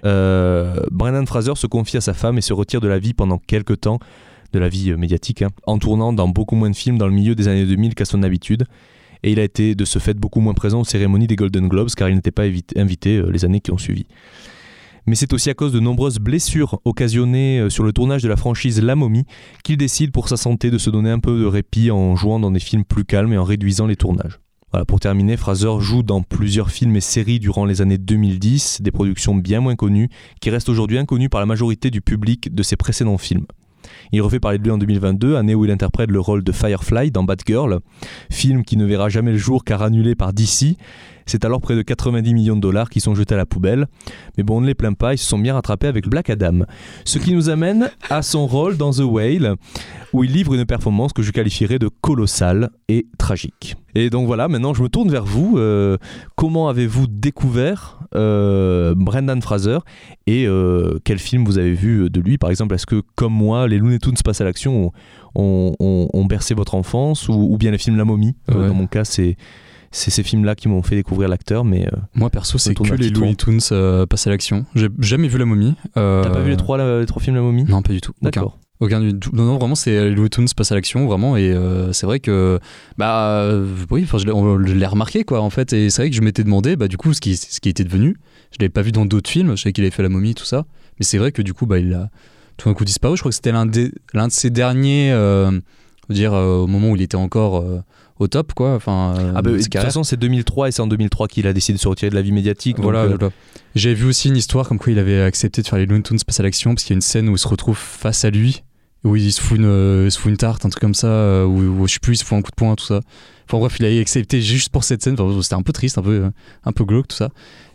Euh, Brendan Fraser se confie à sa femme et se retire de la vie pendant quelques temps, de la vie euh, médiatique, hein, en tournant dans beaucoup moins de films dans le milieu des années deux mille qu'à son habitude. Et il a été de ce fait beaucoup moins présent aux cérémonies des Golden Globes, car il n'était pas évité, invité euh, les années qui ont suivi. Mais c'est aussi à cause de nombreuses blessures occasionnées sur le tournage de la franchise La Momie qu'il décide pour sa santé de se donner un peu de répit en jouant dans des films plus calmes et en réduisant les tournages. Voilà, pour terminer, Fraser joue dans plusieurs films et séries durant les années deux mille dix, des productions bien moins connues, qui restent aujourd'hui inconnues par la majorité du public de ses précédents films. Il refait parler de lui en deux mille vingt-deux, année où il interprète le rôle de Firefly dans Batgirl, film qui ne verra jamais le jour car annulé par D C. C'est alors près de quatre-vingt-dix millions de dollars qui sont jetés à la poubelle. Mais bon, on ne les plaint pas, ils se sont bien rattrapés avec Black Adam. Ce qui nous amène à son rôle dans The Whale, où il livre une performance que je qualifierais de colossale et tragique. Et donc voilà, maintenant je me tourne vers vous. Euh, comment avez-vous découvert euh, Brendan Fraser et euh, quel film vous avez vu de lui? Par exemple, est-ce que, comme moi, les Looney Tunes passent à l'action ont, ont, ont bercé votre enfance, ou, ou bien les films La Momie? Ouais. euh, Dans mon cas, c'est... C'est ces films-là qui m'ont fait découvrir l'acteur, mais... Euh, Moi, perso, c'est que les Looney Tunes euh, passent à l'action. J'ai jamais vu La Momie. Euh... T'as pas vu les trois, la, les trois films La Momie? Non, pas du tout. D'accord. Aucun, aucun du tout. Non, non, vraiment, c'est les Looney Tunes passent à l'action, vraiment. Et euh, c'est vrai que... Bah, euh, oui, je l'ai, on, je l'ai remarqué, quoi, en fait. Et c'est vrai que je m'étais demandé, bah, du coup, ce qui, ce qui était devenu. Je l'avais pas vu dans d'autres films. Je savais qu'il avait fait La Momie, tout ça. Mais c'est vrai que, du coup, bah, il a tout d'un coup disparu. Je crois que c'était l'un, des, l'un de ses derniers... Euh, dire euh, au moment où il était encore euh, au top, quoi. Enfin, euh, ah bah, de toute façon, c'est deux mille trois et c'est en deux mille trois qu'il a décidé de se retirer de la vie médiatique. Voilà, donc, euh... voilà. J'ai vu aussi une histoire comme quoi il avait accepté de faire les Looney Tunes passent à l'action parce qu'il y a une scène où il se retrouve face à lui, où il se fout une, euh, il se fout une tarte, un truc comme ça, où, où je sais plus, il se fout un coup de poing, tout ça. Enfin bref, il a accepté juste pour cette scène. Enfin, c'était un peu triste, un peu, un peu glauque, tout ça.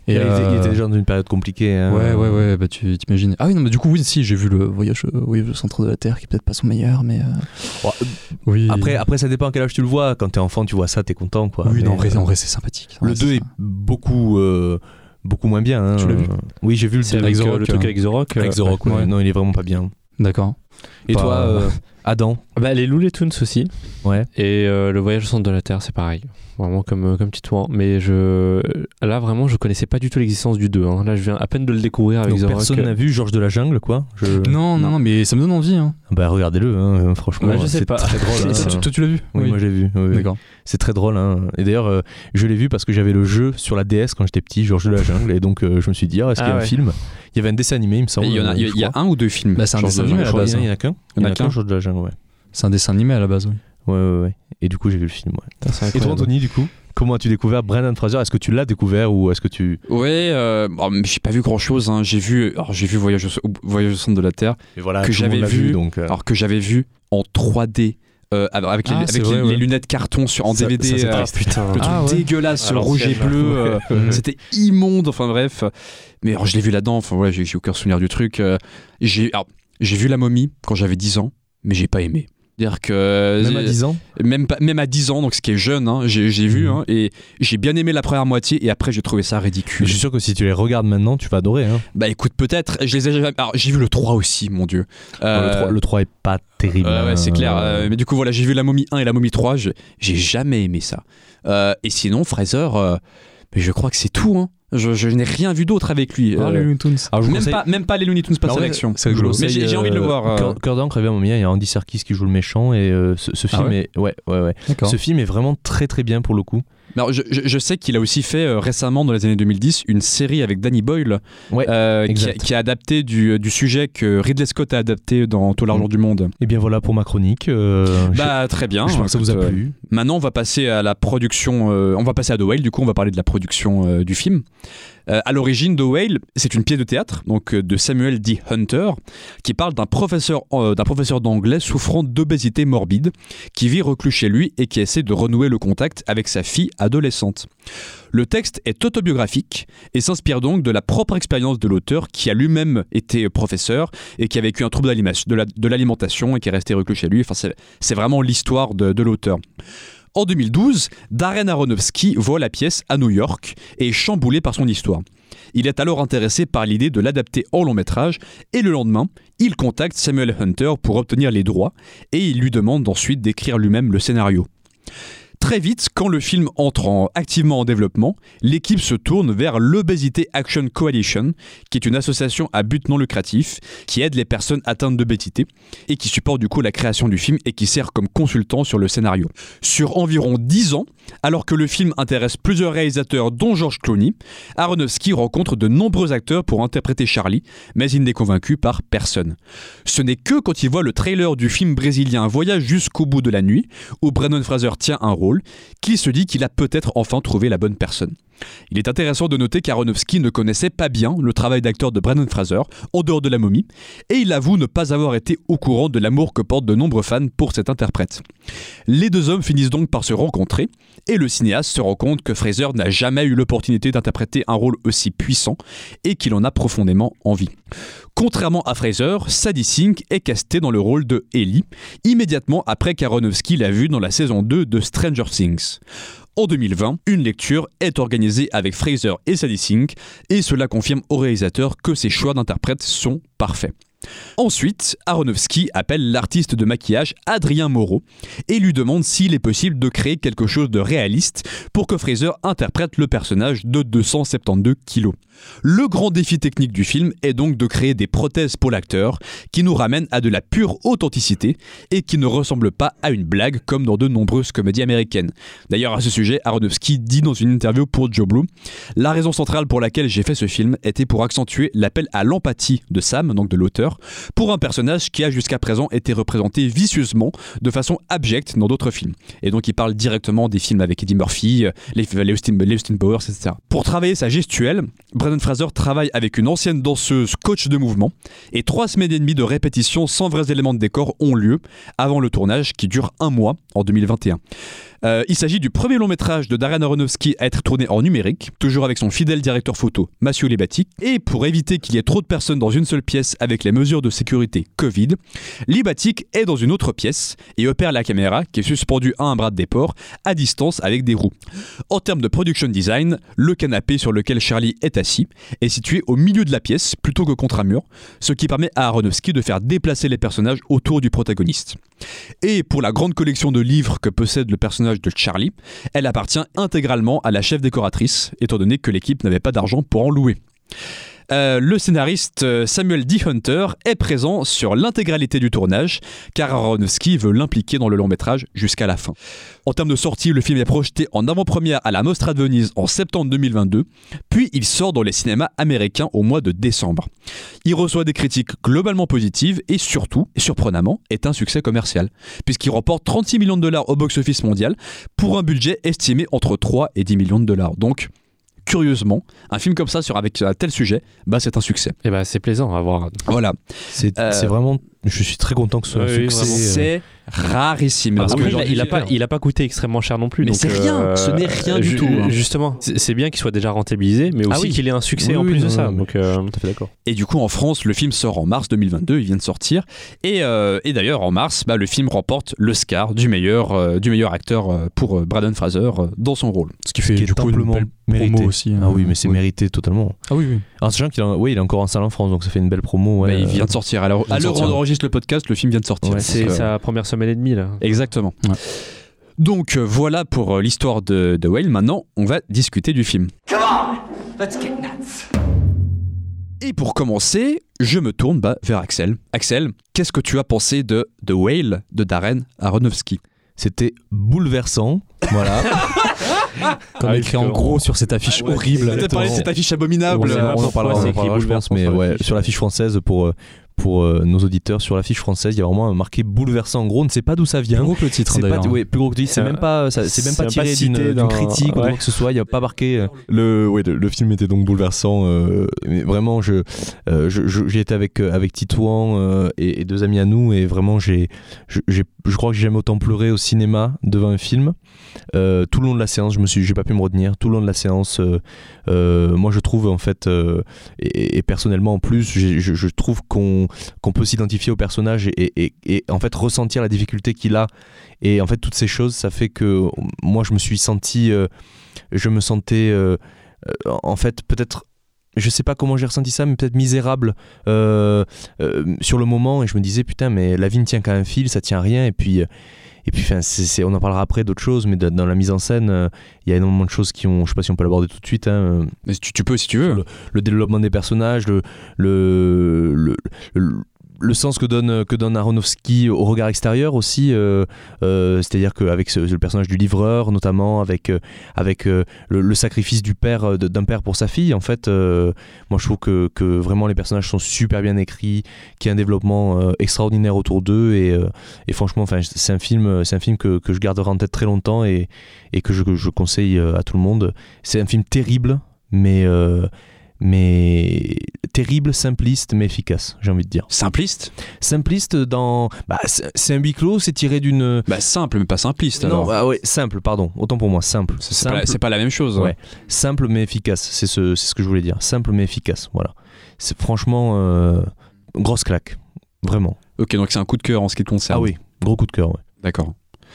Et il, était, euh, il était déjà dans une période compliquée. Hein. Ouais, ouais, ouais, bah tu t'imagines. Ah oui, non, mais du coup, oui, si, j'ai vu le voyage, euh, voyage au centre de la Terre, qui est peut-être pas son meilleur, mais. Euh... Ouais. Oui. Après, après, ça dépend à quel âge tu le vois. Quand t'es enfant, tu vois ça, t'es content, quoi. Oui, Mais, non, en vrai, euh, en vrai, c'est sympathique. Le Ouais, deux c'est est beaucoup, euh, beaucoup moins bien. Hein. Tu l'as vu? Oui, j'ai vu le C'est deux. avec The euh, Rock, le truc hein. avec The Rock. Avec euh, The Rock, ouais. ouais. Non, il est vraiment pas bien. D'accord. Et Pas- toi, euh, Adam? Bah, les Looney Tunes aussi. Ouais. Et euh, le voyage au centre de la Terre, c'est pareil. Vraiment comme, comme Titouan. Mais je... là, vraiment, je connaissais pas du tout l'existence du deux. Hein. Là, je viens à peine de le découvrir avec Donc The personne Rock. n'a vu Georges de la Jungle, quoi. Je... Non, non, non, mais ça me donne envie. Hein. Bah regardez-le, hein, franchement. Ouais, je sais c'est pas. très drôle. Et hein. toi, toi, tu l'as vu? Oui, moi j'ai vu. oui, oui. D'accord. C'est très drôle. Hein. Et d'ailleurs, euh, je l'ai vu parce que j'avais le jeu sur la D S quand j'étais petit, Georges de la Jungle. Et donc, euh, je me suis dit, ah, est-ce qu'il y a Ah un ouais. film? Il y avait un dessin animé, il me semble. Il y en a, euh, il y a- je il y a crois. un ou deux films. Bah, c'est un Georges dessin de la animé à Jungle, la je crois. base. Il y en a qu'un. Il y en a qu'un. Georges de la Jungle, ouais. C'est un dessin animé à la base, oui. Ouais, ouais, ouais. Et du coup, j'ai vu le film, ouais. Putain, c'est Et toi, incroyable. Anthony, du coup, comment as-tu découvert Brendan Fraser? Est-ce que tu l'as découvert ou est-ce que tu. Ouais, euh, bon, mais j'ai pas vu grand chose. Hein. J'ai vu, alors j'ai vu Voyage au, Voyage au centre de la Terre, Et voilà, que tout le monde j'avais l'a vu, donc, euh, alors que j'avais vu en trois D. Euh, avec les, Ah, avec c'est les, vrai, les ouais. lunettes carton sur, en ça- D V D. ça, c'est euh, triste. Putain. le truc Ah ouais. dégueulasse, À rouge et l'ancienne, bleu. là. euh, C'était immonde. Enfin bref. Mais alors, je l'ai vu là-dedans. Enfin voilà, j'ai j'ai aucun souvenir du truc. Euh, j'ai alors, j'ai vu La Momie quand j'avais dix ans, mais j'ai pas aimé. C'est-à-dire que Même à dix ans. même, pas, même à dix ans, donc ce qui est jeune, hein, j'ai j'ai vu, Mhm. hein, et j'ai bien aimé la première moitié, et après j'ai trouvé ça ridicule. Je suis sûr que si tu les regardes maintenant, tu vas adorer. Hein. Bah écoute, peut-être, je les ai jamais. Alors j'ai vu le trois aussi, mon dieu. Euh, le, trois, le trois est pas terrible. ouais, ouais, c'est hein. clair. Euh, mais du coup, voilà, j'ai vu La Momie un et La Momie trois, je- j'ai jamais aimé ça. Euh, et sinon, Fraser, euh, mais je crois que c'est tout. Hein. Je, je n'ai rien vu d'autre avec lui. Ah, Euh, les Looney Tunes. Alors, je vous même, conseille- pas, même pas les Looney Tunes, pas Alors, ouais, sélection. c'est rigolo. Mais j'ai j'ai envie de le voir. euh. Cœur Cœur d'encre, évidemment, il y a Andy Serkis qui joue le méchant et euh, ce, ce Ah film ouais est ouais ouais ouais. D'accord. Ce film est vraiment très très bien pour le coup. Alors, je, je- je sais qu'il a aussi fait euh, récemment, dans les années deux mille dix, une série avec Danny Boyle, Ouais, euh, qui, a, exact. qui a adapté du, du sujet que Ridley Scott a adapté dans Tout l'argent Mm. du monde. Et bien voilà pour ma chronique. euh, Bah très bien. J'espère que ça vous a Écoute, euh, plu. Maintenant, on va passer à la production. euh, on va passer à The Whale. Du coup, on va parler de la production euh, du film. Euh, à l'origine, The Whale, c'est une pièce de théâtre, donc euh, de Samuel D. Hunter, qui parle d'un professeur, euh, d'un professeur d'anglais souffrant d'obésité morbide, qui vit reclus chez lui et qui essaie de renouer le contact avec sa fille adolescente. Le texte est autobiographique et s'inspire donc de la propre expérience de l'auteur, qui a lui-même été professeur et qui a vécu un trouble d'alima- de la- de l'alimentation et qui est resté reclus chez lui. Enfin, c'est, c'est vraiment l'histoire de, de l'auteur. En deux mille douze, Darren Aronofsky voit la pièce à New York et est chamboulé par son histoire. Il est alors intéressé par l'idée de l'adapter en long métrage et le lendemain, il contacte Samuel Hunter pour obtenir les droits et il lui demande ensuite d'écrire lui-même le scénario. Très vite, quand le film entre en- activement en développement, l'équipe se tourne vers l'Obesity Action Coalition, qui est une association à but non lucratif qui aide les personnes atteintes d'obésité et qui supporte du coup la création du film et qui sert comme consultant sur le scénario. Sur environ dix ans, alors que le film intéresse plusieurs réalisateurs dont George Clooney, Aronofsky rencontre de nombreux acteurs pour interpréter Charlie, mais il n'est convaincu par personne. Ce n'est que quand il voit le trailer du film brésilien Voyage jusqu'au bout de la nuit, où Brendan Fraser tient un rôle, qu'il se dit qu'il a peut-être enfin trouvé la bonne personne. Il est intéressant de noter qu'Aronofsky ne connaissait pas bien le travail d'acteur de Brendan Fraser, en dehors de La Momie, et il avoue ne pas avoir été au courant de l'amour que portent de nombreux fans pour cet interprète. Les deux hommes finissent donc par se rencontrer, et le cinéaste se rend compte que Fraser n'a jamais eu l'opportunité d'interpréter un rôle aussi puissant, et qu'il en a profondément envie. Contrairement à Fraser, Sadie Sink est castée dans le rôle de Ellie, immédiatement après qu'Aronofsky l'a vue dans la saison deux de Stranger Things. En deux mille vingt, une lecture est organisée avec Fraser et Sadie Sink, et cela confirme au réalisateur que ses choix d'interprète sont parfaits. Ensuite, Aronofsky appelle l'artiste de maquillage Adrien Moreau et lui demande s'il est possible de créer quelque chose de réaliste pour que Fraser interprète le personnage de deux cent soixante-douze kilos. Le grand défi technique du film est donc de créer des prothèses pour l'acteur qui nous ramènent à de la pure authenticité et qui ne ressemblent pas à une blague comme dans de nombreuses comédies américaines. D'ailleurs, à ce sujet, Aronofsky dit dans une interview pour Joe Blow: « La raison centrale pour laquelle j'ai fait ce film était pour accentuer l'appel à l'empathie de Sam, donc de l'auteur, pour un personnage qui a jusqu'à présent été représenté vicieusement de façon abjecte dans d'autres films. » Et donc il parle directement des films avec Eddie Murphy, les, les, Austin, les Austin Powers, et cetera. Pour travailler sa gestuelle, Brendan Fraser travaille avec une ancienne danseuse coach de mouvement et trois semaines et demie de répétition sans vrais éléments de décor ont lieu avant le tournage qui dure un mois en deux mille vingt et un. Euh, il s'agit du premier long métrage de Darren Aronofsky à être tourné en numérique, toujours avec son fidèle directeur photo, Matthew Libatic. Et pour éviter qu'il y ait trop de personnes dans une seule pièce avec les mesures de sécurité Covid, Libatic est dans une autre pièce et opère la caméra qui est suspendue à un bras de déport à distance avec des roues. En termes de production design, le canapé sur lequel Charlie est assis est situé au milieu de la pièce plutôt que contre un mur, ce qui permet à Aronofsky de faire déplacer les personnages autour du protagoniste. Et pour la grande collection de livres que possède le personnage de Charlie, elle appartient intégralement à la chef décoratrice, étant donné que l'équipe n'avait pas d'argent pour en louer. Euh, le scénariste Samuel D. Hunter est présent sur l'intégralité du tournage, car Aronofsky veut l'impliquer dans le long métrage jusqu'à la fin. En termes de sortie, le film est projeté en avant-première à la Mostra de Venise en septembre deux mille vingt-deux, puis il sort dans les cinémas américains au mois de décembre. Il reçoit des critiques globalement positives et surtout, et surprenamment, est un succès commercial, puisqu'il remporte trente-six millions de dollars au box-office mondial pour un budget estimé entre trois et dix millions de dollars. Donc, curieusement, un film comme ça sur avec un tel sujet, bah c'est un succès. Et bah c'est plaisant à voir. Voilà. C'est Euh, c'est vraiment. Je suis très content que ce soit oui, un oui, succès. C'est rarissime. Après, Parce que il, a, il a pas, il a pas coûté extrêmement cher non plus. Mais donc, c'est rien, euh, ce n'est rien du ju- tout, hein. Justement, c'est c'est bien qu'il soit déjà rentabilisé, mais aussi Ah oui. qu'il ait un succès Oui, en oui, plus non, de ça. non, Donc, euh, Tout à fait d'accord. Et du coup, en France, le film sort en mars deux mille vingt-deux, il vient de sortir. Et, euh, et d'ailleurs, en mars, bah, le film remporte l'Oscar du meilleur, euh, du meilleur acteur euh, pour euh, Braden Fraser euh, dans son rôle. Ce qui fait Qui est du coup une amplement belle mérité. promo aussi. Ah hein. oui, mais c'est Oui. mérité totalement. Ah oui, oui. En sachant qu'il est, oui, il est encore en salle en France, donc ça fait une belle promo. Ouais, Bah, il euh, vient de sortir. Alors, vient à de l'heure où sortir. on enregistre le podcast, le film vient de sortir. Ouais, c'est Donc, euh, sa première semaine et demie là. Exactement. Ouais. Donc euh, voilà pour euh, l'histoire de, de Whale. Maintenant, on va discuter du film. Come on, let's get nuts. Et pour commencer, je me tourne bah, vers Axel. Axel, qu'est-ce que tu as pensé de The Whale de Darren Aronofsky? C'était bouleversant. Voilà. Comme Ah, écrit en différent. gros sur cette affiche horrible. T'as parlé de cette affiche abominable. on, sait pas on en pourquoi parlera, on c'est en écrit parlera, je pense, bouleversant mais sur ouais, l'affiche. sur l'affiche française, pour, euh, pour euh, nos auditeurs, sur l'affiche française, il y a vraiment marqué bouleversant. En gros, on ne sait pas d'où ça vient. Plus gros que le titre C'est pas, d'ailleurs. ouais, plus gros que le titre, c'est C'est même un- pas, ça- c'est même c'est pas même tiré pas d'une cité d'une dans- critique ou ouais. quoi que ce soit. Il n'y a pas marqué. euh, Le, ouais, le, le film était donc bouleversant. euh, mais vraiment, je, euh, je, je- j'y étais avec euh, avec Titouan euh, et, et deux amis à nous, et vraiment, j'ai, je, j'ai, je crois que j'ai jamais autant pleuré au cinéma devant un film. Euh, tout le long de la séance, je me suis, j'ai pas pu me retenir. Tout le long de la séance, euh, euh, moi, je trouve en fait, euh, et, et personnellement en plus, j'ai- je, je trouve qu'on qu'on peut s'identifier au personnage et, et, et en fait ressentir la difficulté qu'il a, et en fait toutes ces choses, ça fait que moi je me suis senti euh, je me sentais euh, euh, en fait peut-être, je sais pas comment j'ai ressenti ça, mais peut-être misérable euh, euh, sur le moment, et je me disais putain, mais la vie ne tient qu'à un fil, ça tient à rien. Et puis euh, et puis enfin, c'est, c'est, on en parlera après d'autres choses, mais dans la mise en scène, euh, il y a énormément de choses qui ont, je sais pas si on peut l'aborder tout de suite, hein, Mais tu, tu peux si tu veux. le, le développement des personnages, le, le, le, le, le sens que donne, que donne Aronofsky au regard extérieur aussi, euh, euh, c'est-à-dire qu'avec ce, le personnage du livreur notamment, avec, euh, avec euh, le, le sacrifice du père, euh, d'un père pour sa fille, en fait, euh, moi je trouve que, que vraiment les personnages sont super bien écrits, qu'il y a un développement euh, extraordinaire autour d'eux, et, euh, et franchement, enfin, c'est un film, c'est un film que, que je garderai en tête très longtemps, et, et que je, que je conseille à tout le monde. C'est un film terrible, mais... Euh, mais terrible, simpliste, mais efficace, j'ai envie de dire. Simpliste? Simpliste dans... Bah, c'est c'est un huis clos, c'est tiré d'une... Bah simple, mais pas simpliste Non, alors. bah ouais, simple, pardon, autant pour moi, simple. C'est simple, pas, la- c'est pas la même chose. ouais. Simple mais efficace, c'est ce, c'est ce que je voulais dire. Simple mais efficace, voilà. C'est franchement... euh, grosse claque, vraiment. Ok, donc c'est un coup de cœur en ce qui te concerne. Ah oui, gros coup de cœur, ouais. D'accord.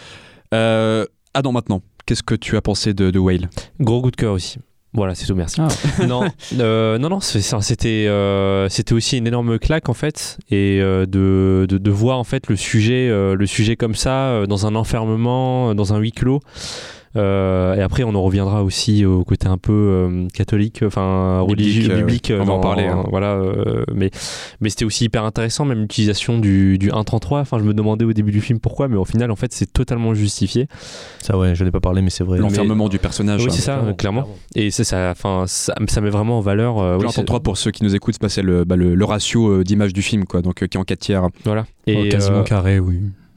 Euh, Adam, maintenant, qu'est-ce que tu as pensé de, de Whale? Gros coup de cœur aussi. Voilà, c'est tout, merci. Ah. non, euh, non, non, c'est- c'est- c'était, euh, c'était aussi une énorme claque en fait, et euh, de, de, de voir en fait le sujet, euh, le sujet comme ça, euh, dans un enfermement, euh, dans un huis clos. Euh, et après, on en reviendra aussi au côté un peu euh, catholique, enfin religieux, Biblique, euh, biblique. on va en dans- parler, hein. Voilà, euh, mais mais c'était aussi hyper intéressant, même l'utilisation du, du un trente-trois. Enfin, je me demandais au début du film pourquoi, mais au final, en fait, c'est totalement justifié. Ça, ouais, je n'ai pas parlé, mais c'est vrai. L'enfermement du personnage. Oui, hein. c'est ça, clairement, clairement. Et c'est ça, enfin, ça, ça met vraiment en valeur. euh, oui, Plan c'est- trente-trois, pour ceux qui nous écoutent, bah, c'est le, bah, le, le ratio euh, d'image du film, quoi, donc euh, qui est en quatre tiers. Voilà. Oh, Et quasiment euh, carré, oui.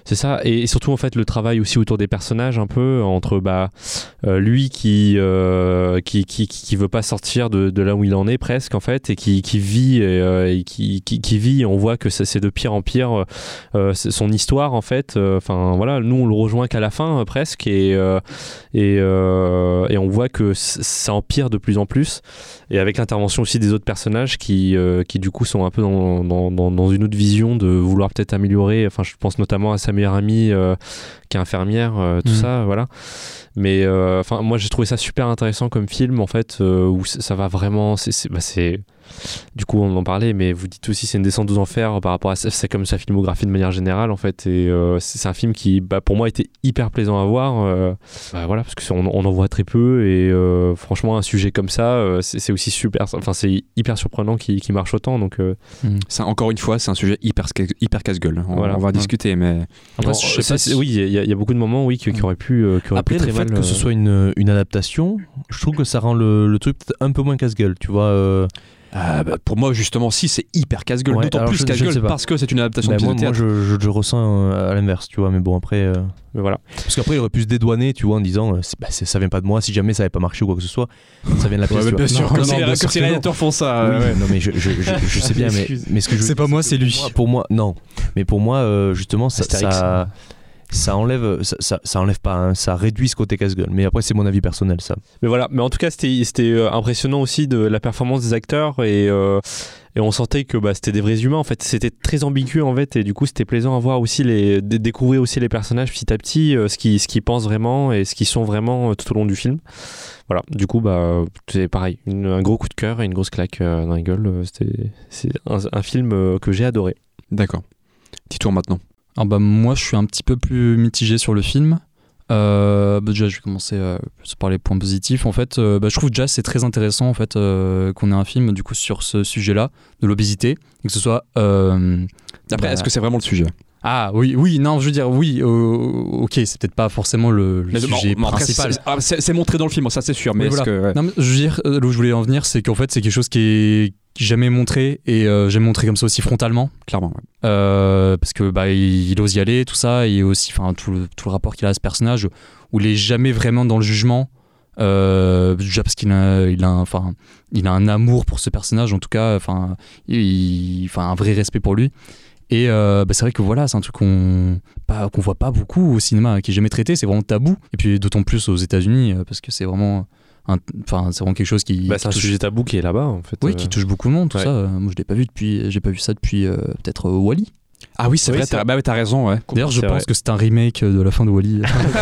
C'est ça, et surtout en fait le travail aussi autour des personnages un peu entre bah euh, lui qui, euh, qui qui qui veut pas sortir de, de là où il en est presque en fait et qui, qui vit et, euh, et qui, qui qui vit et on voit que c'est, c'est de pire en pire euh, c'est son histoire en fait. Enfin euh, voilà, nous on le rejoint qu'à la fin euh, presque et euh, et euh, et on voit que ça empire de plus en plus et avec l'intervention aussi des autres personnages qui euh, qui du coup sont un peu dans dans dans, dans une autre vision de vouloir peut-être améliorer. Enfin je pense notamment à sa meilleure amie euh, qui est infirmière, euh, tout mmh. ça, voilà. Mais enfin, euh, moi j'ai trouvé ça super intéressant comme film en fait, euh, où ça va vraiment, c'est, c'est, bah, c'est, du coup on en parlait, mais vous dites aussi c'est une descente aux enfers par rapport à ça, c'est comme sa filmographie de manière générale en fait, et euh, c'est, c'est un film qui, bah, pour moi, était hyper plaisant à voir, euh, bah, voilà, parce que on, on en voit très peu et euh, franchement un sujet comme ça, euh, c'est, c'est aussi super, enfin c'est hyper surprenant qu'il, qu'il marche autant, donc. Euh... Mmh. Ça, encore une fois, c'est un sujet hyper hyper casse-gueule. On, voilà. on va mmh. discuter, mais après, bon, je sais pas si... oui, il y, y a beaucoup de moments, oui, qui, qui auraient pu, euh, qui auraient après pu très le fait mal, que ce soit une une adaptation, je trouve que ça rend le, le truc peut-être un peu moins casse-gueule, tu vois. Euh... Euh, bah, pour moi, justement, si c'est hyper casse-gueule, ouais, d'autant plus je, casse-gueule je parce que c'est une adaptation bah, de moi, pièce de théâtre. Moi, je, je, je ressens à l'inverse, tu vois, mais bon, après. Euh... Mais voilà. Parce qu'après, il aurait pu se dédouaner, tu vois, en disant c'est, bah, c'est, ça vient pas de moi, si jamais ça avait pas marché ou quoi que ce soit, ça vient de la pièce. Ouais, bien sûr, comme si les réalisateurs font ça. Oui, ouais. Non, mais je, je, je, je sais bien, mais, mais ce que je. C'est pas moi, c'est lui. Pour moi, pour moi, non. Mais pour moi, euh, justement, ça. ça ça enlève ça, ça, ça enlève pas hein, ça réduit ce côté casse-gueule, mais après c'est mon avis personnel ça. Mais voilà, mais en tout cas c'était c'était euh, impressionnant aussi de la performance des acteurs et euh, et on sentait que bah c'était des vrais humains en fait, c'était très ambigu en fait et du coup c'était plaisant à voir aussi les d- découvrir aussi les personnages petit à petit, euh, ce qui ce qu'ils pensent vraiment et ce qu'ils sont vraiment euh, tout au long du film. Voilà, du coup bah c'est pareil, une, un gros coup de cœur et une grosse claque euh, dans la gueule, euh, c'était c'est un, un film euh, que j'ai adoré. D'accord. Petit tour maintenant. Alors bah moi je suis un petit peu plus mitigé sur le film. Euh, bah déjà je vais commencer euh, par les points positifs. En fait, euh, bah, je trouve déjà c'est très intéressant en fait euh, qu'on ait un film du coup sur ce sujet-là de l'obésité et que ce soit. Euh, Après, bah, est-ce que c'est vraiment le sujet ? Ah oui, oui, non, je veux dire, oui, euh, ok, c'est peut-être pas forcément le, le sujet bon, principal. Après, c'est, c'est, c'est montré dans le film, ça c'est sûr, mais, oui, est-ce voilà. que... Ouais. Non, mais je veux dire, là où je voulais en venir, c'est qu'en fait, c'est quelque chose qui est jamais montré, et euh, jamais montré comme ça aussi frontalement. Clairement, ouais. Euh, parce que bah, il, il ose y aller, tout ça, et aussi tout le, tout le rapport qu'il a à ce personnage, où il est jamais vraiment dans le jugement, euh, déjà parce qu'il a, il a, enfin, il a un amour pour ce personnage, en tout cas, enfin, il, enfin, un vrai respect pour lui. Et euh, bah c'est vrai que voilà, c'est un truc qu'on pas, qu'on voit pas beaucoup au cinéma, qui est jamais traité, c'est vraiment tabou. Et puis d'autant plus aux États-Unis, parce que c'est vraiment, enfin c'est vraiment quelque chose qui. Bah, c'est qui un touche... sujet tabou qui est là-bas en fait. Oui, euh... qui touche beaucoup de monde, tout ouais. ça. Moi je l'ai pas vu depuis, j'ai pas vu ça depuis euh, peut-être euh, Wall-E. Ah oui, c'est oui, vrai, c'est... T'as, bah, t'as raison. Ouais. D'ailleurs, je c'est pense vrai. que c'est un remake de la fin de Wall-E.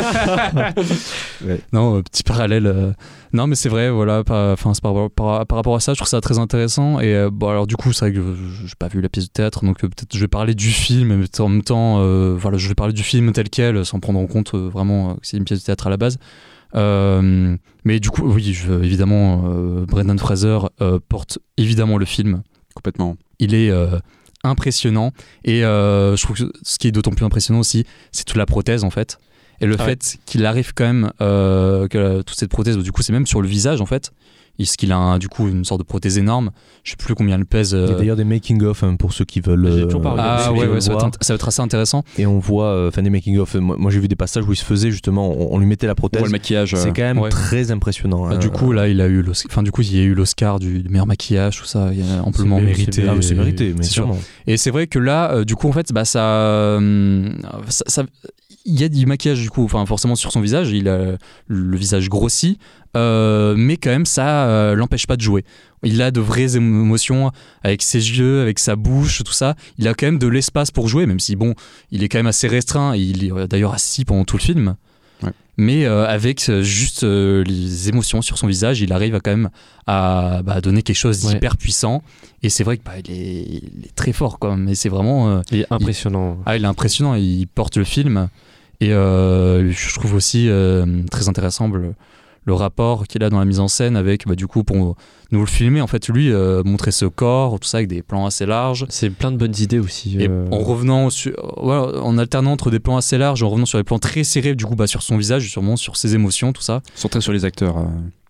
ouais. Non, euh, petit parallèle. Euh... Non, mais c'est vrai, voilà. Par, par, par, par, par rapport à ça, je trouve ça très intéressant. Et euh, bon, alors du coup, c'est vrai que je n'ai pas vu la pièce de théâtre, donc euh, peut-être je vais parler du film, mais en même temps, euh, voilà, je vais parler du film tel quel, sans prendre en compte euh, vraiment euh, que c'est une pièce de théâtre à la base. Euh, mais du coup, oui, je, évidemment, euh, Brendan Fraser euh, porte évidemment le film. Complètement. Il est euh, impressionnant et euh, je trouve que ce qui est d'autant plus impressionnant aussi, c'est toute la prothèse en fait. Et le ah fait ouais. qu'il arrive quand même, euh, que toute cette prothèse, du coup, c'est même sur le visage en fait. Est-ce qu'il a un, du coup une sorte de prothèse énorme? Je sais plus combien elle pèse. Euh... Il y a d'ailleurs des making-of hein, pour ceux qui veulent. J'ai toujours pas regardé. Ah ouais, ouais ça, va être, ça va être assez intéressant. Et on voit, enfin euh, des making-of. Moi, moi j'ai vu des passages où il se faisait justement, on, on lui mettait la prothèse. Ouais, le maquillage. C'est quand même ouais. très impressionnant. Bah, hein. Du coup là, il a eu, enfin du coup il y a eu l'Oscar du, du meilleur maquillage, tout ça, il a amplement c'est mérité. C'est, ah, c'est mérité, mais c'est sûrement. Sûr. Et c'est vrai que là, euh, du coup en fait, bah ça, euh, ça, ça il y a du maquillage du coup, enfin forcément sur son visage, il a le visage grossi, euh, mais quand même ça euh, l'empêche pas de jouer. Il a de vraies émotions avec ses yeux, avec sa bouche, tout ça. Il a quand même de l'espace pour jouer, même si bon, il est quand même assez restreint. Il est d'ailleurs assis pendant tout le film. Ouais. Mais euh, avec juste euh, les émotions sur son visage, il arrive à quand même à bah, donner quelque chose d'hyper ouais. puissant. Et c'est vrai qu'il bah, est, il est très fort, quoi. Mais c'est vraiment. Euh, il est impressionnant. Il, ah, il est impressionnant. Il porte le film. Et euh, je trouve aussi euh, très intéressant le, le rapport qu'il a dans la mise en scène avec, bah, du coup, pour nous le filmer, en fait, lui, euh, montrer ce corps, tout ça, avec des plans assez larges. C'est plein de bonnes idées aussi. Et euh... en revenant, sur, voilà, en alternant entre des plans assez larges, en revenant sur des plans très serrés, du coup, bah, sur son visage, sûrement sur ses émotions, tout ça. Centré sur les acteurs. Euh...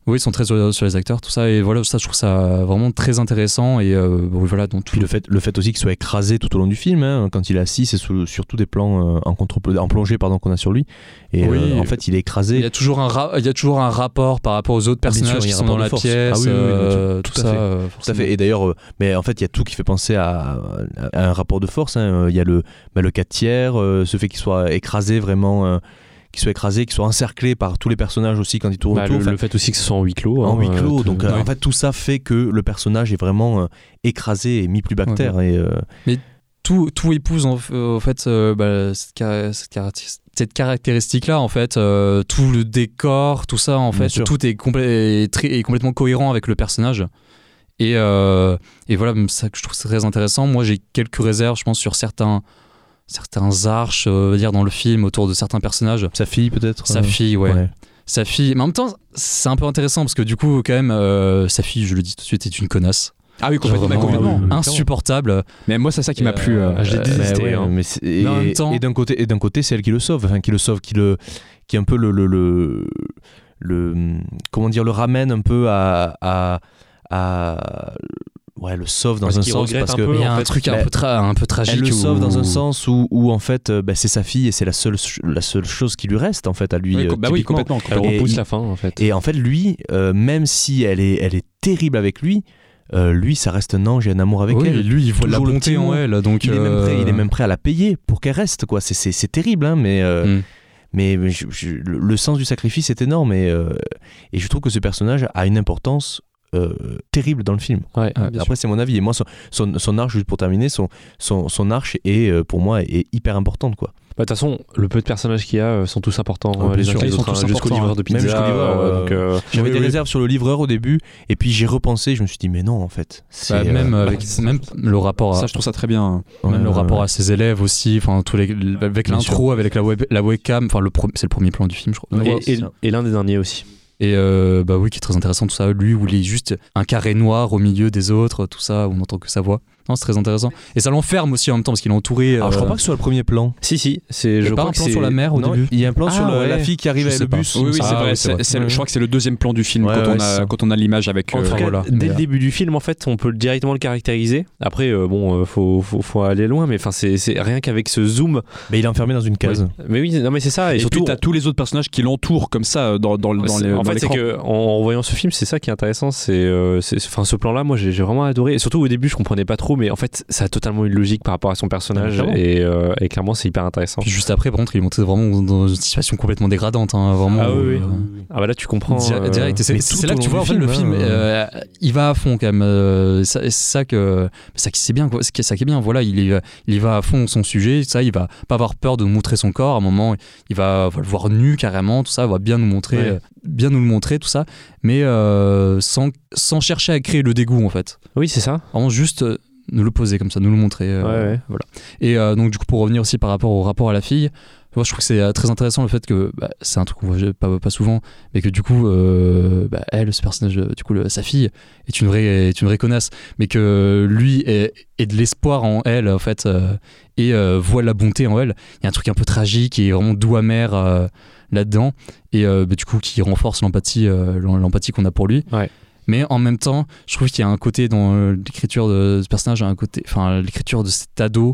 Oui, ils sont très sur, sur les acteurs, tout ça, et voilà, ça je trouve ça vraiment très intéressant, et euh, bon, voilà, donc tout. Puis le fait, le fait aussi qu'il soit écrasé tout au long du film, hein, quand il est assis, c'est sous, surtout des plans euh, en, contre, en plongée pardon, qu'on a sur lui, et oui, euh, en fait il est écrasé. Il y a toujours un, ra- il y a toujours un rapport par rapport aux autres Ah, bien personnages sûr, il y qui a un sont dans rapport la de force. pièce, Ah oui, oui, oui, euh, tout tout à ça. fait. euh, Tout à forcément. fait. Et d'ailleurs, euh, mais en fait, il y a tout qui fait penser à, à un rapport de force. Hein. Il y a le, bah, le quatre tiers, euh, ce fait qu'il soit écrasé vraiment, euh, qu'il soit écrasé, qu'il soit encerclé par tous les personnages aussi quand il tourne Bah, autour. le, Enfin, le fait aussi que ce soit en huis clos. en hein, huis clos. euh, donc, tout- euh, ouais. en fait, tout ça fait que le personnage est vraiment euh, écrasé et mis plus bactère. Ouais, Et, euh, tout, tout épouse en, en fait euh, bah, cette, car- cette, caractéris- cette caractéristique-là, en fait, euh, tout le décor, tout ça, en Bien fait, sûr. tout est, complè- est, très- est complètement cohérent avec le personnage. Et, euh, et voilà, ça que je trouve très intéressant. Moi, j'ai quelques réserves, je pense, sur certains, certains arches, euh, on va dire, dans le film, autour de certains personnages. sa fille, peut-être Sa euh, fille, ouais. ouais. Sa fille, mais en même temps, c'est un peu intéressant parce que du coup, quand même, euh, sa fille, je le dis tout de suite, est une connasse. Ah oui, complètement. Genre vraiment, complètement. euh, insupportable. Mais moi, c'est ça qui m'a Et, plu. euh, euh, je l'ai euh, détesté. Bah ouais, hein. mais c'est- et, Mais en même temps- et d'un côté, et d'un côté, c'est elle qui le sauve, enfin qui le sauve, qui le, qui un peu le, le, le, le- comment dire, le ramène un peu à, à, à- ouais, le sauve dans Parce un qu'il sens regrette parce un que peu, Il y a en un fait, truc un bah, peu, tra- un peu tragique. elle le où- sauve dans un sens où, où en fait, euh, bah, c'est sa fille et c'est la seule, la seule chose qui lui reste en fait à lui. ouais, euh, co- bah oui, typiquement. complètement. Elle complètement. Et repousse il- la fin en fait. Et en fait, lui, euh, même si elle est, elle est terrible avec lui, euh, lui, ça reste un ange et un amour avec Oui, elle. lui, il voit la Toujours le bonté petit en mot. elle. Donc, Il est, même prêt, euh, il est même prêt à la payer pour qu'elle reste, quoi. C'est, c'est, c'est terrible, hein, mais, euh, Mm. mais, mais je- je- le, le sens du sacrifice est énorme et, euh, et je trouve que ce personnage a une importance euh, terrible dans le film. Ouais, Ouais, bien Après, c'est mon avis. Et moi, son, son, son arche, juste pour terminer, son, son, son arche est, euh, pour moi, est hyper importante, quoi. Bah, de toute façon, le peu de personnages qu'il y a euh, sont tous importants, Ah, euh, bien les uns sûr, que les ils sont autres, tous hein, jusqu'au importants, livreur de Même pizza. jusqu'au livreur, euh, euh, donc, euh, J'avais oui, des oui. réserves sur le livreur au début, et puis j'ai repensé, je me suis dit, mais non, en fait. C'est, bah, même, euh, avec, bah, même le rapport à, Ça, je trouve ça très bien. ouais, même le ouais, rapport ouais. à ses élèves aussi, enfin tous les, avec Bien l'intro, avec la, web, la webcam, enfin le pro- c'est le premier plan du film, je crois. Ouais, Et, et- c'est ça. et l'un des derniers aussi. Et euh, bah oui, qui est très intéressant tout ça. Lui où il est juste un carré noir au milieu des autres, tout ça, où on n'entend que sa voix. Non, c'est très intéressant. Et ça l'enferme aussi en même temps parce qu'il est entouré. Alors, je euh, crois pas que ce soit le premier plan. Si, si, c'est, il y a je pas crois un que plan c'est sur la mer au Non, début. il y a un plan Ah, sur le- ouais. la fille qui arrive Je avec sais le pas. bus. Oui, oui, Ah, c'est vrai. ouais, c'est- c'est vrai. c'est le- Ouais. je crois que c'est le deuxième plan du film Ouais, quand, ouais, on c'est a, ça. quand on a l'image avec. En euh, tout cas, voilà. dès Mais, le euh, début du film, en fait, on peut directement le caractériser. Après, euh, bon, euh, faut, faut, faut aller loin, mais enfin, c'est, c'est rien qu'avec ce zoom. Mais il est enfermé dans une case. Mais oui, non, mais c'est ça. Et, Et, surtout, puis t'as tous les autres personnages qui l'entourent comme ça dans, dans, dans, c'est- les, en dans fait, c'est l'écran. que en, en voyant ce film, c'est ça qui est intéressant. C'est, euh, c'est, enfin, ce plan-là, moi, j'ai, j'ai vraiment adoré. Et surtout au début, je comprenais pas trop, mais en fait, ça a totalement une logique par rapport à son personnage. Clairement. Et, euh, et clairement, c'est hyper intéressant. Puis juste après, par contre, il est monté vraiment dans une situation complètement dégradante. Hein, vraiment, Ah oui, oui. euh, Ah bah là, tu comprends. Di- euh, direct. Et c'est, mais c'est tout là au que tu long vois en du fait le film, film, hein. euh, il va à fond quand même. Euh, ça- c'est ça que c'est ça qui c'est bien quoi. C'est ça qui est bien. Voilà, il est, il y va à fond son sujet. Ça, il va pas avoir peur de montrer son corps. À un moment, il va, va le voir nu carrément. Tout ça, il va bien nous montrer, Ouais. euh, bien nous le montrer tout ça, mais euh, sans sans chercher à créer le dégoût en fait. Oui, c'est ça. Vraiment juste euh, nous le poser comme ça, nous le montrer. euh, Ouais, ouais. Voilà. Et euh, donc du coup pour revenir aussi par rapport au rapport à la fille, moi je trouve que c'est euh, très intéressant le fait que bah, c'est un truc qu'on voit pas, pas souvent, mais que du coup euh, bah, elle, ce personnage, euh, du coup le- sa fille est une vraie est une vraie connasse, mais que lui ait, ait de l'espoir en elle en fait euh, et euh, voit la bonté en elle. Il y a un truc un peu tragique et vraiment doux amer euh, là-dedans et euh, bah, du coup qui renforce l'empathie euh, l'empathie qu'on a pour lui. Ouais. Mais en même temps, je trouve qu'il y a un côté dans euh, l'écriture de ce personnage, un côté, enfin l'écriture de cet ado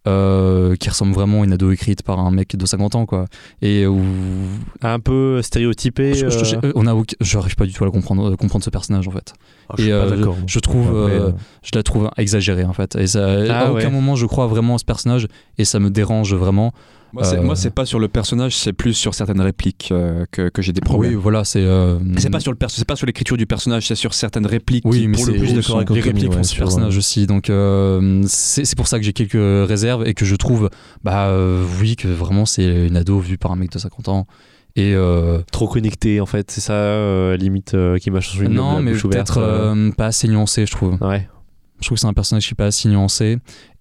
euh, qui ressemble vraiment à une ado écrite par un mec de cinquante ans, quoi. Et où Un peu stéréotypé. je, je- euh, on a, aucun- j'arrive pas du tout à le comprendre, euh, comprendre ce personnage en fait. Ah, je suis Et, pas euh, d'accord. Je trouve, Après, euh, euh, je la trouve exagérée en fait. Et ça, Ah, à aucun ouais. moment je crois vraiment à ce personnage et ça me dérange vraiment. Moi, c'est, Euh, moi, c'est pas sur le personnage, c'est plus sur certaines répliques euh, que, que j'ai des problèmes. Oui, voilà, c'est. euh, C'est pas sur le perso- c'est pas sur l'écriture du personnage, c'est sur certaines répliques. Oui, qui, mais pour c'est le plus d'accord sont- avec les Anthony, répliques ouais, font ce sur, personnage aussi, donc euh, c'est, c'est pour ça que j'ai quelques réserves et que je trouve, bah euh, oui, que vraiment c'est une ado vue par un mec de cinquante ans. Et euh, Trop connecté, en fait. C'est ça, euh, limite, euh, qui m'a changé non, mais peut-être euh, pas assez nuancé, je trouve. Ouais. Je trouve que c'est un personnage qui est pas assez nuancé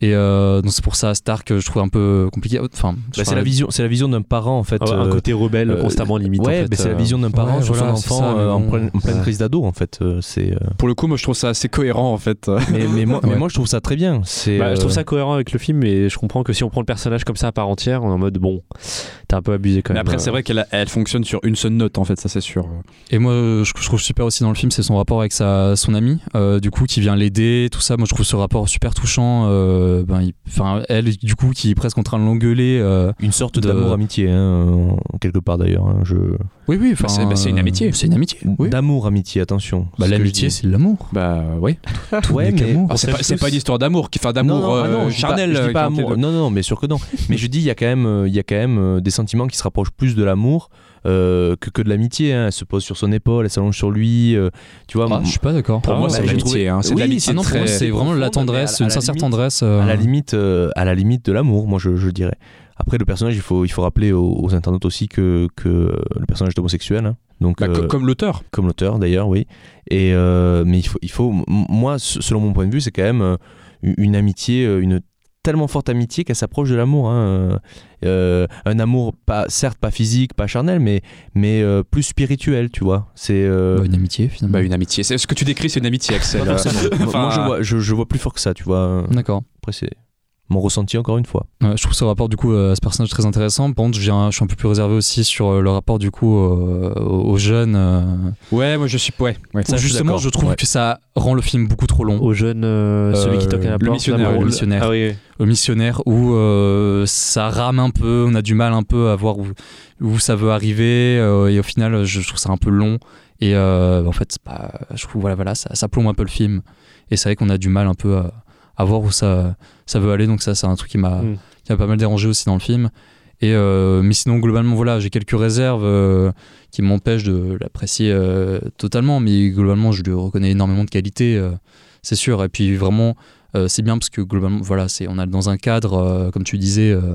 Et euh, donc c'est pour ça Stark, je trouve un peu compliqué. Enfin, bah, c'est la vision, c'est la vision d'un parent en fait. Ah, un euh, côté rebelle euh, constamment limite. Ouais, en fait, mais c'est euh... la vision d'un parent ouais, sur voilà, son enfant ça, euh, en, bon, pleine, en pleine ouais. crise d'ado en fait. Euh, c'est. Euh... Pour le coup, moi je trouve ça assez cohérent en fait. Mais, mais, moi, Ouais. mais moi je trouve ça très bien. C'est, Bah, euh... Je trouve ça cohérent avec le film, mais je comprends que si on prend le personnage comme ça à part entière, on est en mode bon, t'as un peu abusé quand Mais même. après, c'est vrai qu'elle a- elle fonctionne sur une seule note en fait, ça c'est sûr. Et moi, je, je trouve super aussi dans le film, c'est son rapport avec sa, son ami, euh, du coup, qui vient l'aider, tout ça. Moi, je trouve ce rapport super touchant. Euh, ben, il- enfin, elle, du coup, qui est presque en train de l'engueuler. Euh, Une sorte de- d'amour-amitié, hein, quelque part d'ailleurs. Hein, je... Oui, oui. enfin, Bah, c'est- bah, c'est une amitié. C'est une amitié. Oui. D'amour-amitié, attention. Bah, ce que l'amitié, je dis. c'est de l'amour. Bah oui. Ouais, n'est mais qu'amour. Ah, c'est, pas, c'est pas une histoire d'amour, qui- enfin d'amour non, non, euh, ah non, je dis pas- charnel. je dis euh, pas qui est entre les amour. deux. Non, non, non, mais sûr que non. Mais je dis, il y a quand même, euh, il y a quand même euh, des sentiments qui se rapprochent plus de l'amour euh, que, que de l'amitié. Hein. Elle se pose sur son épaule, elle s'allonge sur lui. euh, tu vois, Ah, m- je suis pas d'accord. Pour Ah, moi, ouais, c'est de j'ai l'amitié. trouvé- Hein. C'est de Oui, l'amitié Ah non, pour très. moi, c'est vraiment de la profond, mais tendresse, à- à une la sincère limite- tendresse. euh, à la limite, euh, à la limite de l'amour, moi je, je dirais. Après, le personnage, il faut, il faut rappeler aux, aux internautes aussi que, que le personnage est homosexuel. Hein. Donc, Bah, euh, co- comme l'auteur. comme l'auteur d'ailleurs, oui. Et euh, mais il faut, il faut, m- moi, s- selon mon point de vue, c'est quand même euh, une une amitié, euh, une tellement forte amitié qu'elle s'approche de l'amour. Hein. Euh, un amour, pas, certes pas physique, pas charnel, mais, mais euh, plus spirituel, tu vois. C'est. euh, bah, une amitié, finalement. Bah, une amitié. C'est ce que tu décris, c'est une amitié, Axel. pas forcément. Moi, Enfin, moi, je vois, je, je vois plus fort que ça, tu vois. D'accord. Après, c'est mon ressenti encore une fois. Ouais, je trouve ce rapport du coup euh, à ce personnage très intéressant. Par contre, je, viens, je suis un peu plus réservé aussi sur euh, le rapport du coup euh, aux aux jeunes. euh, Ouais, moi je suis. Ouais. ouais. Ça, je suis justement, d'accord. je trouve Ouais. que ça rend le film beaucoup trop long. Au jeune, euh, celui qui Euh, toque à la le porte. missionnaire, là, le le- missionnaire. Ah oui. Au missionnaire où euh, ça rame un peu, on a du mal un peu à voir où, où ça veut arriver euh, et au final je, je trouve ça un peu long et euh, en fait c'est pas, je trouve voilà, voilà ça, ça plombe un peu le film et c'est vrai qu'on a du mal un peu à, à voir où ça, ça veut aller, donc ça c'est un truc qui m'a, Mm. qui m'a pas mal dérangé aussi dans le film. Et euh, mais sinon globalement voilà, j'ai quelques réserves euh, qui m'empêchent de l'apprécier euh, totalement, mais globalement je lui reconnais énormément de qualité, euh, c'est sûr. Et puis vraiment euh, c'est bien parce que globalement voilà, c'est, on est dans un cadre euh, comme tu disais, euh,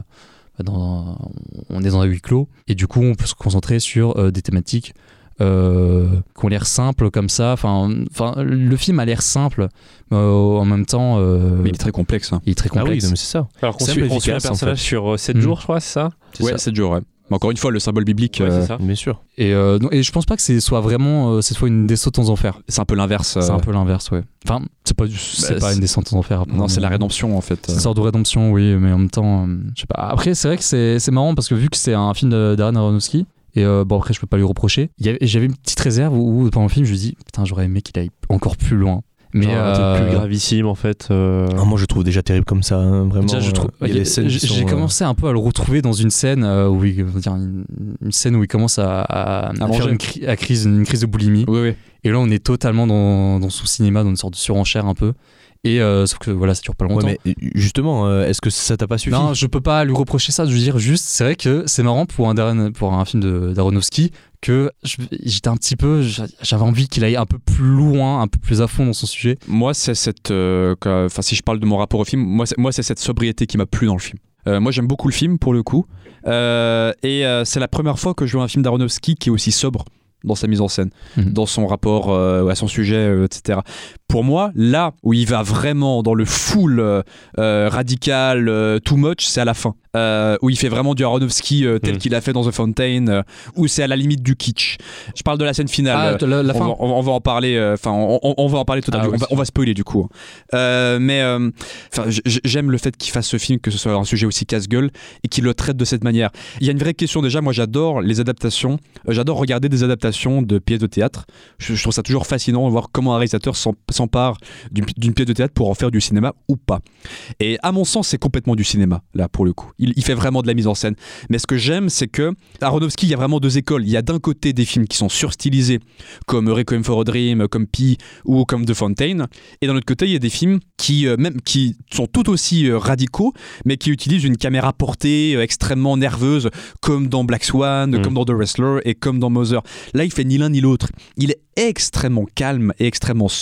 dans, on est dans un huis clos et du coup on peut se concentrer sur euh, des thématiques euh, qui ont l'air simples comme ça. Enfin, enfin le film a l'air simple, mais euh, en même temps euh, Mais il est très complexe. Hein. il est très Ah oui, complexe. non, mais c'est ça. Alors qu'on Simple, suit, on suit un efficace, en personnage fait. sur sept Mm. jours, je crois, c'est ça C'est Ouais, ça. sept jours, ouais. Mais encore une fois, le symbole biblique, Ouais, euh, c'est ça. Bien sûr. Et, euh, non, et je pense pas que ce soit vraiment euh, cette fois une descente aux enfers. c'est un peu l'inverse. C'est euh, un peu l'inverse, ouais. Enfin, c'est pas, du- c'est Bah, pas c'est- une descente aux enfers. Non, c'est la mais- rédemption en fait. C'est une sorte de rédemption, oui, mais en même temps, euh, je sais pas. Après, c'est vrai que c'est, c'est marrant parce que vu que c'est un film de- d'Darren Aronofsky, et euh, bon, après, je peux pas lui reprocher, il y avait- j'avais une petite réserve où, où, pendant le film, je me dis, putain, j'aurais aimé qu'il aille encore plus loin. Mais Genre, un truc euh, plus gravissime en fait. euh. Ah, moi, je trouve déjà terrible comme ça, hein, vraiment. déjà, je trouve, euh, il y a des scènes qui j'ai, sont, j'ai euh, commencé un peu à le retrouver dans une scène euh, où il, on va dire une, une scène où il commence à, à, à manger. faire une, cri- à crise, une crise de boulimie. Oui, oui. Et là, on est totalement dans, dans son cinéma, dans une sorte de surenchère un peu. Et euh, sauf que voilà, ça dure pas Ouais, longtemps. mais justement, euh, est-ce que ça t'a pas suffi? Non, je peux pas lui reprocher ça. Je veux dire juste, c'est vrai que c'est marrant pour un, Darren, pour un film de d'Aronofsky que je- j'étais un petit peu, j'avais envie qu'il aille un peu plus loin, un peu plus à fond dans son sujet. Moi, c'est cette. euh, que- Enfin, si je parle de mon rapport au film, moi, c'est, moi, c'est cette sobriété qui m'a plu dans le film. Euh, moi, j'aime beaucoup le film pour le coup. Euh, et euh, c'est la première fois que je vois un film d'Aronofsky qui est aussi sobre dans sa mise en scène, Mhm. dans son rapport euh, à son sujet, euh, et cetera. Pour moi, là où il va vraiment dans le full euh, euh, radical, euh, too much, c'est à la fin. Euh, où il fait vraiment du Aronofsky euh, tel Mhm. qu'il a fait dans The Fountain, euh, où c'est à la limite du kitsch. Je parle de la scène finale. Ah, la, la on, fin. va, on va- on va en parler. Enfin, on, on- on va en parler tout à Ah l'heure. oui. on, va, on va spoiler du coup. Euh, mais euh, enfin, j- j- j'aime le fait qu'il fasse ce film, que ce soit un sujet aussi casse-gueule et qu'il le traite de cette manière. Il y a une vraie question déjà. Moi, j'adore les adaptations. Euh, j'adore regarder des adaptations de pièces de théâtre. Je, je trouve ça toujours fascinant de voir comment un réalisateur s'em- s'empare d'une, d'une pièce de théâtre pour en faire du cinéma ou pas. Et à mon sens, c'est complètement du cinéma là pour le coup. Il, il fait vraiment de la mise en scène. Mais ce que j'aime, c'est que Aronofsky, il y a vraiment deux écoles. Il y a d'un côté des films qui sont surstylisés, comme Requiem for a Dream, comme Pi ou comme The Fountain, et d'un autre côté, il y a des films qui, euh, même, qui sont tout aussi euh, radicaux, mais qui utilisent une caméra portée euh, extrêmement nerveuse, comme dans Black Swan, Mm. comme dans The Wrestler et comme dans Mother. Là, il fait ni l'un ni l'autre. Il est extrêmement calme et extrêmement sobre.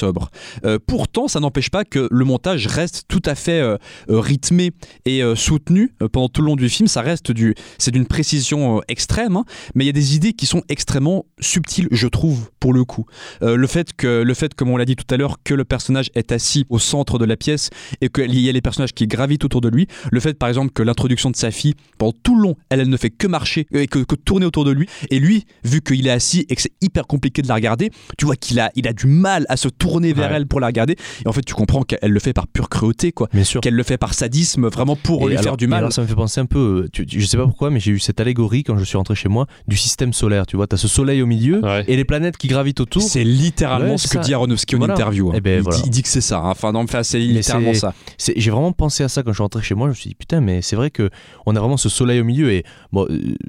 Euh, pourtant, ça n'empêche pas que le montage reste tout à fait euh, euh, rythmé et euh, soutenu euh, pendant tout le long du film. Ça reste du, c'est d'une précision euh, extrême, hein, mais il y a des idées qui sont extrêmement subtiles, je trouve, pour le coup. Euh, le fait que, le fait, comme on l'a dit tout à l'heure, que le personnage est assis au centre de la pièce et qu'il y a les personnages qui gravitent autour de lui. Le fait, par exemple, que l'introduction de sa fille, pendant tout le long, elle, elle ne fait que marcher et que, que tourner autour de lui. Et lui, vu qu'il est assis et que c'est hyper compliqué de la regarder, tu vois qu'il a, il a du mal à se tourner vers ouais. elle pour la regarder. Et en fait, tu comprends qu'elle le fait par pure cruauté, quoi. Bien sûr. Qu'elle le fait par sadisme, vraiment pour et lui alors, faire du mal. Alors, ça me fait penser un peu, tu, tu, je sais pas pourquoi, mais j'ai eu cette allégorie quand je suis rentré chez moi du système solaire. Tu vois, t'as ce soleil au milieu ouais. et les planètes qui gravitent autour. C'est littéralement ouais, ce que ça. dit Aronofsky en voilà. interview. Hein. Ben, il, voilà. dit, il dit que c'est ça. Hein. Enfin, non, enfin, c'est littéralement c'est, ça. C'est, j'ai vraiment pensé à ça quand je suis rentré chez moi. Je me suis dit, putain, mais c'est vrai que on a vraiment ce soleil au milieu. Et bon,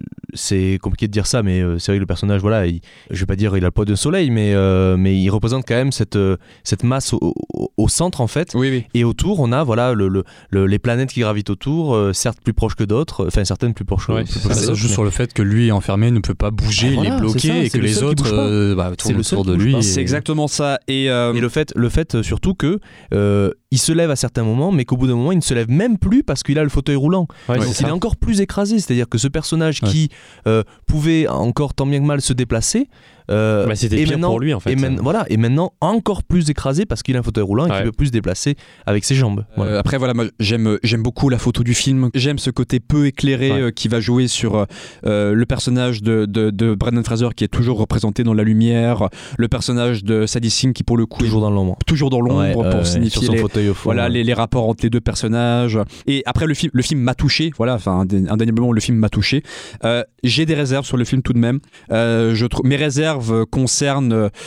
c'est compliqué de dire ça, mais c'est vrai que le personnage, voilà, il, je vais pas dire il a le poids d'un soleil, mais, euh, mais il représente quand même cette, cette masse au, au, au centre, en fait. Oui, oui. Et autour, on a voilà, le, le, le, les planètes qui gravitent autour, euh, certes plus proches que d'autres, enfin certaines plus proches, ouais, plus proches que d'autres. Ça joue mais... sur le fait que lui, enfermé, ne peut pas bouger, ah, voilà, il est bloqué, ça, et que les autres euh, bah, tournent autour de lui. Et... C'est exactement ça. Et, euh... et le, fait, le fait surtout que euh, il se lève à certains moments, mais qu'au bout d'un moment, il ne se lève même plus parce qu'il a le fauteuil roulant. Ouais, donc il est encore plus écrasé. C'est-à-dire que ce personnage ouais. qui euh, pouvait encore tant bien que mal se déplacer, Euh, bah, c'était pire pour lui en fait. Et, man, voilà, et maintenant encore plus écrasé parce qu'il a un fauteuil roulant et ouais. qu'il peut plus se déplacer avec ses jambes. Voilà. Euh, après voilà, moi, j'aime, j'aime beaucoup la photo du film. J'aime ce côté peu éclairé ouais. euh, qui va jouer sur euh, le personnage de, de, de Brendan Fraser qui est toujours représenté dans la lumière, le personnage de Sadie Sink qui pour le coup toujours dans l'ombre, toujours dans l'ombre ouais, pour euh, signifier sur son les, fauteuil au fond, voilà ouais. les, les rapports entre les deux personnages. Et après le film, le film m'a touché. Voilà, enfin indéniablement le film m'a touché. Euh, j'ai des réserves sur le film tout de même. Euh, je trouve mes réserves concernent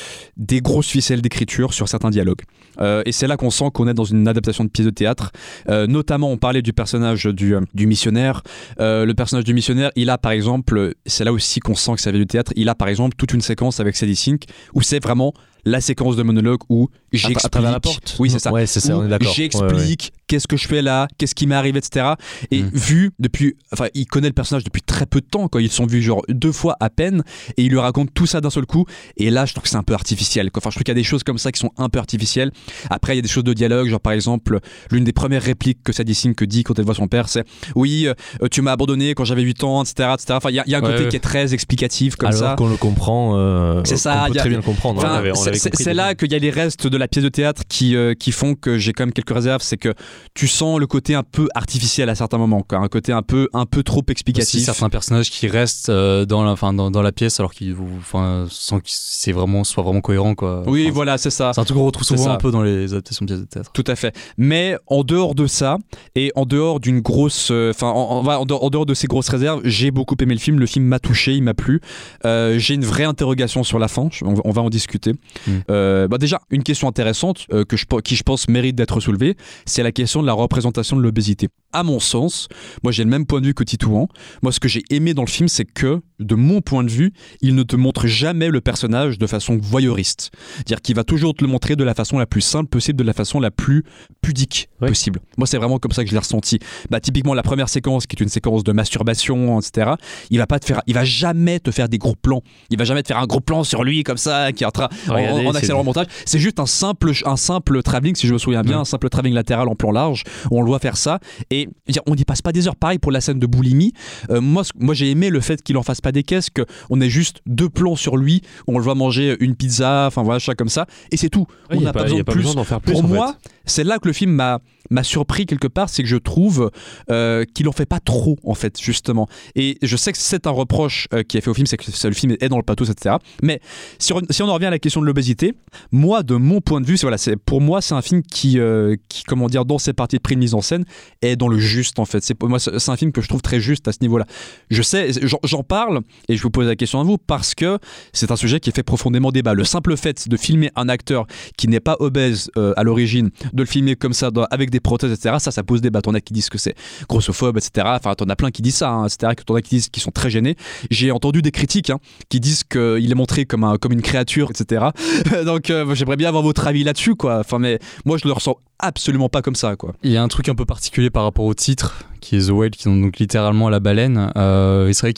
des grosses ficelles d'écriture sur certains dialogues. Euh, et c'est là qu'on sent qu'on est dans une adaptation de pièce de théâtre. Euh, notamment, on parlait du personnage du, du missionnaire. Euh, le personnage du missionnaire, il a par exemple, c'est là aussi qu'on sent que ça vient du théâtre, il a par exemple toute une séquence avec Sadie Sink où c'est vraiment la séquence de monologue où j'explique. À travers la porte. Oui, c'est ça. Ouais, c'est ça, on est d'accord. J'explique ouais, ouais. qu'est-ce que je fais là, qu'est-ce qui m'est arrivé, et cetera. Et mmh. vu depuis, enfin, il connaît le personnage depuis très peu de temps, quand ils se sont vus genre deux fois à peine, et il lui raconte tout ça d'un seul coup. Et là, je trouve que c'est un peu artificiel. Enfin, je trouve qu'il y a des choses comme ça qui sont un peu artificielles. Après, il y a des choses de dialogue, genre par exemple, l'une des premières répliques que Sadie Sink dit quand elle voit son père, c'est oui, euh, tu m'as abandonné quand j'avais huit ans, et cetera, et cetera. Enfin, il y a, y a un ouais, côté ouais. qui est très explicatif comme Alors ça. Alors qu'on le comprend, euh, c'est ça. On peut y a, très bien le comprendre. Enfin, on avait, on avait c'est, c'est là qu'il y a les restes de la pièce de théâtre qui, euh, qui font que j'ai quand même quelques réserves. C'est que tu sens le côté un peu artificiel à certains moments, quoi. Un côté un peu, un peu trop explicatif. Aussi certains personnages qui restent euh, dans, la, enfin, dans, dans la pièce alors qu'ils, enfin, sans que c'est vraiment, soit vraiment cohérent, quoi. Oui, enfin, voilà, c'est ça. C'est un truc qu'on retrouve souvent un peu dans les adaptations de pièces de théâtre. Tout à fait. Mais en dehors de ça, et en dehors d'une grosse, enfin, euh, en, en, en, dehors, en dehors de ces grosses réserves, j'ai beaucoup aimé le film. Le film m'a touché, il m'a plu. Euh, j'ai une vraie interrogation sur la fin. On, on va en discuter. Mm. Euh, bah déjà, une question intéressante euh, que je, qui, je pense, mérite d'être soulevée, c'est la question de la représentation de l'obésité. À mon sens, moi j'ai le même point de vue que Titouan. Moi, ce que j'ai aimé dans le film, c'est que, de mon point de vue, il ne te montre jamais le personnage de façon voyeuriste. C'est-à-dire qu'il va toujours te le montrer de la façon la plus simple possible, de la façon la plus pudique oui. possible. Moi, c'est vraiment comme ça que je l'ai ressenti. Bah, typiquement, la première séquence, qui est une séquence de masturbation, et cetera, il va pas te faire, il va jamais te faire des gros plans. Il va jamais te faire un gros plan sur lui comme ça, qui est en train, Regardez, en, en accélérant le montage. C'est juste un simple, un simple travelling, si je me souviens bien, ouais. un simple travelling latéral en plan large, où on le voit faire ça. Et on n'y passe pas des heures. Pareil pour la scène de boulimie. Euh, moi, moi, j'ai aimé le fait qu'il en fasse pas des caisses, qu'on ait juste deux plans sur lui, où on le voit manger une pizza, enfin voilà, ça comme ça, et c'est tout. Oui, on n'a pas, pas besoin de plus. Besoin d'en faire plus. Pour en moi, fait. c'est là que le film m'a, m'a surpris quelque part, c'est que je trouve euh, qu'il en fait pas trop, en fait, justement. Et je sais que c'est un reproche euh, qui est fait au film, c'est que le film est dans le pathos, et cetera. Mais si on, si on en revient à la question de l'obésité, moi, de mon point de vue, c'est, voilà, c'est, pour moi, c'est un film qui, euh, qui, comment dire, dans ses parties de prix de mise en scène, est dans le juste, en fait. C'est, moi, c'est un film que je trouve très juste à ce niveau-là. Je sais, j'en, j'en parle, et je vous pose la question à vous, parce que c'est un sujet qui fait profondément débat. Le simple fait de filmer un acteur qui n'est pas obèse euh, à l'origine, de le filmer comme ça, dans, avec des prothèses, et cetera, ça, ça pose débat. T'en as qui disent que c'est grossophobe, et cetera. Enfin, t'en as plein qui disent ça, hein, et cetera. T'en as qui disent qu'ils sont très gênés. J'ai entendu des critiques hein, qui disent qu'il est montré comme, un, comme une créature, et cetera. Donc, euh, j'aimerais bien avoir votre avis là-dessus, quoi. Enfin, mais moi, je le ressens absolument pas comme ça, quoi. Il y a un truc un peu particulier par rapport au titre qui est The Whale, qui est donc littéralement la baleine. Euh, et c'est vrai qu'il peut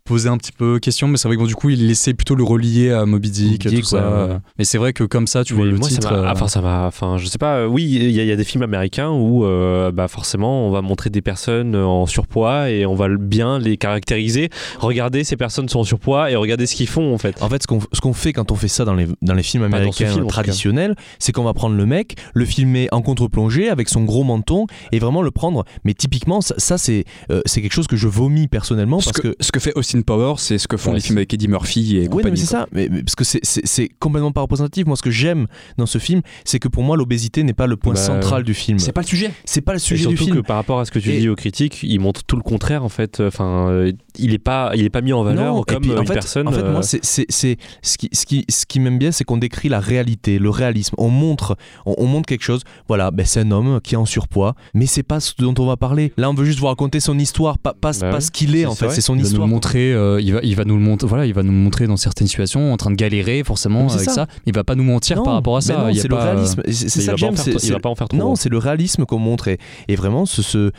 posait un petit peu question, mais c'est vrai que bon, du coup, il laissait plutôt le relier à Moby Dick, Moby Dick, tout ça. ouais, ouais. Mais c'est vrai que comme ça, tu vois Mais le moi, titre. ça m'a, euh, enfin, ça m'a, enfin, je sais pas. Oui, il y, a- il y a des films américains où, euh, bah, forcément, on va montrer des personnes en surpoids et on va bien les caractériser. Regardez, ces personnes sont en surpoids et regardez ce qu'ils font en fait. En fait, ce qu'on, ce qu'on fait quand on fait ça dans les, dans les films Pas dans ce américains film, en tout traditionnels, c'est qu'on va prendre le mec, le filmer en contre-plongée avec son gros menton et vraiment le prendre. Mais typiquement, ça, ça c'est, euh, c'est quelque chose que je vomis personnellement Ce parce que, que. ce que fait Austin Powers, c'est ce que font Ouais, les films avec Eddie Murphy et Oui, non, compagnie. mais c'est quoi. ça, mais, mais parce que c'est, c'est, c'est complètement pas représentatif. Moi, ce que j'aime dans ce film, c'est que pour moi, l'obésité n'est pas le point Bah, central du film. C'est pas le sujet. C'est pas le Et sujet du surtout film. que par rapport à ce que tu Et- dis aux critiques, il montre tout le contraire en fait. Enfin, euh, il est pas, il est pas mis en valeur Non, et comme puis, en une fait, personne. En fait, euh, moi, c'est, c'est, c'est ce qui, ce qui, ce qui m'aime bien, c'est qu'on décrit la réalité, le réalisme. On montre, on, on montre quelque chose. Voilà, ben, c'est un homme qui est en surpoids, mais c'est pas ce dont on va parler. Là, on veut juste vous raconter son histoire, pas, pas, Bah pas ouais, ce qu'il est c'est en fait. vrai. C'est son il va nous histoire. le montrer, euh, il va, il va nous le montrer, voilà, il va nous le montrer dans certaines situations, en train de galérer forcément Mais c'est avec ça. ça. mais il va pas nous mentir Non, par rapport à mais ça. non, Il y a c'est pas, le réalisme. C'est, c'est il ça va que pas en j'aime. faire c'est- trop- il c'est- va pas en faire trop. Non, c'est le réalisme qu'on montre et, et vraiment ce, ce,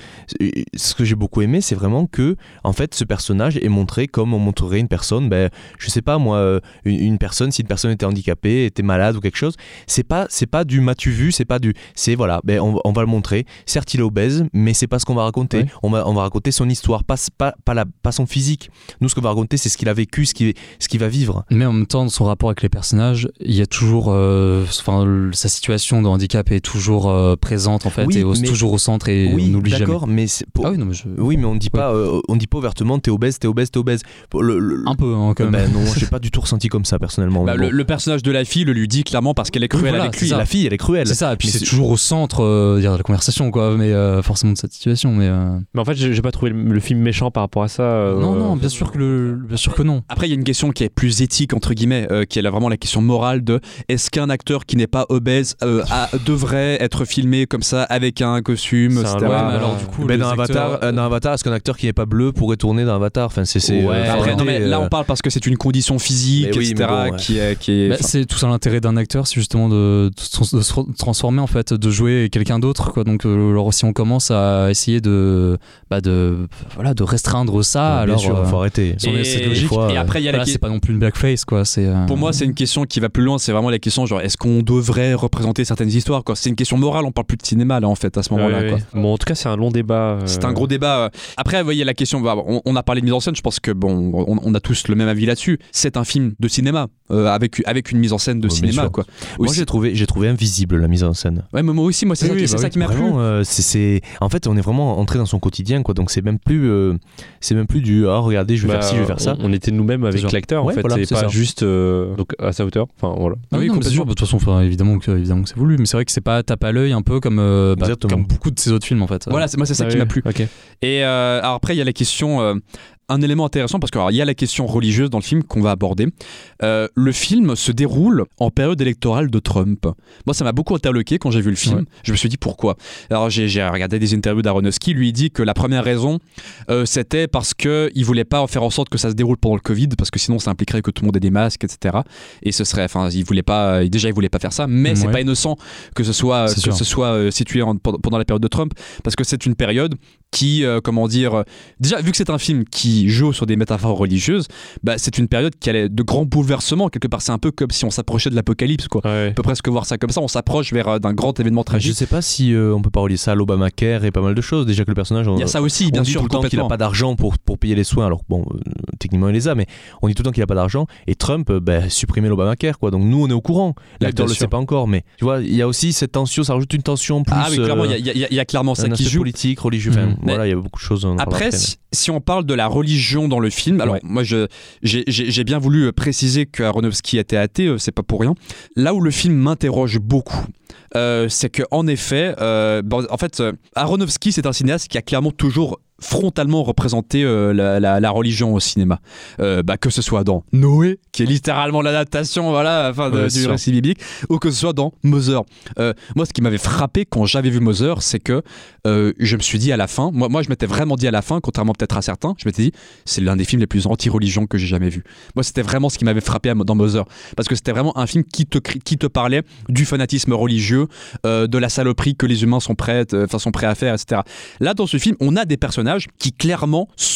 ce que j'ai beaucoup aimé, c'est vraiment que en fait ce personnage est montré comme on montrerait une personne. Ben, je sais pas moi, euh, une, une personne si une personne était handicapée, était malade ou quelque chose. C'est pas, c'est pas du m'as-tu vu, c'est pas du, c'est voilà, ben on, on va le montrer. Certes, il est obèse, mais c'est pas ce qu'on va raconter. Ouais. On va, on va raconter son histoire, pas, pas, pas, la, pas son physique. Nous, ce qu'on va raconter, c'est ce qu'il a vécu, ce qu'il, ce qu'il va vivre. Mais en même temps, dans son rapport avec les personnages, il y a toujours, euh, enfin, le- sa situation de handicap est toujours euh, présente en fait, Oui, et au- mais- toujours au centre et Oui, on n'oublie jamais. d'accord, mais c'est pour- Ah oui, non, mais je... Oui, mais on dit pas, euh, on dit pas ouvertement t'es obèse, t'es obèse, t'es obèse. Pour le- le- un peu hein, quand même. Ben non, j'ai pas du tout ressenti comme ça personnellement. Bah, mais le, bon. le personnage de la fille le lui dit clairement parce qu'elle est Oui, cruelle voilà, avec c'est lui. ça. La fille, elle est cruelle. C'est ça, et puis Mais c'est c'est- toujours au centre euh, dire, de la conversation, quoi, mais euh, forcément de cette situation. Mais euh, Mais en fait, j'ai j'ai pas trouvé le, le film méchant par rapport à ça. euh, non, non, bien sûr que le, bien sûr que non. Après, il y a une question qui est plus éthique, entre guillemets, euh, qui est là, vraiment la question morale de est-ce qu'un acteur qui n'est pas obèse euh, a- devrait être filmé comme ça avec un costume, C'est et un cetera. loin, mais euh, alors du coup, Ben, les dans, Avatar, acteurs- euh, dans Avatar, est-ce qu'un acteur qui n'est pas bleu pourrait tourner dans Avatar? Enfin, c'est, c'est, Ouais, euh, Après, faut non, mais arrêter, là, euh, on parle parce que c'est une condition physique, Mais oui, et cetera, mais bon, ouais. qui est. Qui est Bah, enfin, c'est tout ça l'intérêt d'un acteur, c'est justement de, de se de se transformer en fait, de jouer quelqu'un d'autre, quoi. Donc euh, alors si on commence à essayer de, bah, de, voilà, de restreindre ça, bien alors sûr, euh, faut arrêter. si on est- c'est et, logique. fois, et après, il y a voilà, la c'est question. pas non plus une blackface, quoi. C'est euh, Pour moi, c'est une question qui va plus loin. C'est vraiment la question genre, est-ce qu'on devrait représenter certaines histoires, quoi. C'est une question morale. On parle plus de cinéma là, en fait, à ce moment-là, ouais, quoi. ouais. Bon, en tout cas, c'est un long débat. euh, C'est un gros débat. euh. Après, vous voyez la question. bah, on, on a parlé de mise en scène. Je pense que bon, on, on a tous le même avis là-dessus. C'est un film de cinéma euh, avec avec une mise en scène de Ouais, bien cinéma, sûr. quoi. Moi, Aussi- j'ai trouvé, j'ai trouvé invisible la mise en scène. Ouais, mais moi aussi, moi, c'est ça, Oui, qui- oui, c'est bah ça oui. qui m'a plu. Vraiment, euh, c'est, c'est... En fait, on est vraiment entré dans son quotidien, quoi. Donc, c'est même plus, euh, c'est même plus du ah regardez, je vais bah, faire ci, je vais faire ça. On, on était nous-mêmes avec sûr. l'acteur Ouais, en fait, voilà, c'est c'est pas ça. juste euh, donc à sa hauteur. Enfin voilà. Ah oui, Oui, non, mais c'est sûr, complètement. de toute façon, enfin, évidemment que, évidemment que c'est voulu, mais c'est vrai que c'est pas tape à l'œil un peu comme, euh, bah, Exactement. comme beaucoup de ses autres films en fait. Voilà, c'est, moi, c'est ça Ah qui oui, m'a plu. ok. Et euh, alors après, il y a la question. euh, un élément intéressant parce qu'il y a la question religieuse dans le film qu'on va aborder. Euh, le film se déroule en période électorale de Trump. Moi, ça m'a beaucoup interloqué quand j'ai vu le film. Ouais. Je me suis dit pourquoi. Alors, j'ai, j'ai regardé des interviews d'Aronofsky. Lui, il dit que la première raison, euh, c'était parce qu'il voulait pas faire en sorte que ça se déroule pendant le Covid, parce que sinon, ça impliquerait que tout le monde ait des masques, et cetera. Et ce serait, enfin, il voulait pas. Déjà, il voulait pas faire ça. Mais c'est Ouais. pas innocent que ce soit C'est que sûr. ce soit euh, situé en- pendant la période de Trump, parce que c'est une période qui, euh, comment dire, euh, déjà vu que c'est un film qui joue sur des métaphores religieuses, bah, c'est une période qui a de grands bouleversements. Quelque part, c'est un peu comme si on s'approchait de l'apocalypse, quoi. Ouais. On peut presque voir ça comme ça. On s'approche vers euh, d'un grand événement Je tragique. sais pas si euh, on peut pas relier ça à l'Obamacare et pas mal de choses. Déjà que le personnage, on, Il y a ça aussi, bien on dit sûr, tout le temps qu'il a complètement. pas d'argent pour, pour payer les soins. Alors bon, euh, techniquement il les a, mais on dit tout le temps qu'il a pas d'argent. Et Trump, euh, bah, supprimer l'Obamacare, quoi. Donc nous, on est au courant. L'acteur bien le sûr. sait pas encore, mais tu vois, il y a aussi cette tension. Ça rajoute une tension plus. Ah oui, clairement, il euh, y, a- il y a- il y a clairement ça un qui aspect joue. politique, religieux. Enfin, Mhm. voilà, il y a beaucoup de choses. on en parlera Après, si, si on parle de la religion dans le film, alors Ouais. moi je, j'ai, j'ai- j'ai bien voulu euh, préciser que Aronofsky était athée, euh, c'est pas pour rien. Là où le film m'interroge beaucoup, euh, c'est que en effet, euh, bon, en fait, euh, Aronofsky c'est un cinéaste qui a clairement toujours frontalement représenté euh, la, la- la religion au cinéma. Euh, bah, que ce soit dans Noé, qui est littéralement l'adaptation voilà, enfin, de- Ouais, du sûr. récit biblique, ou que ce soit dans Mother. Euh, moi, ce qui m'avait frappé quand j'avais vu Mother, c'est que euh, je me suis dit à la fin, moi, moi je m'étais vraiment dit à la fin, contrairement peut-être à certains, je m'étais dit, c'est l'un des films les plus anti-religion que j'ai jamais vu. Moi, c'était vraiment ce qui m'avait frappé à- dans Mother. Parce que c'était vraiment un film qui te, cri- qui te parlait du fanatisme religieux, euh, de la saloperie que les humains sont prêts, euh, enfin, sont prêts à faire, et cetera. Là, dans ce film, on a des personnages qui clairement sont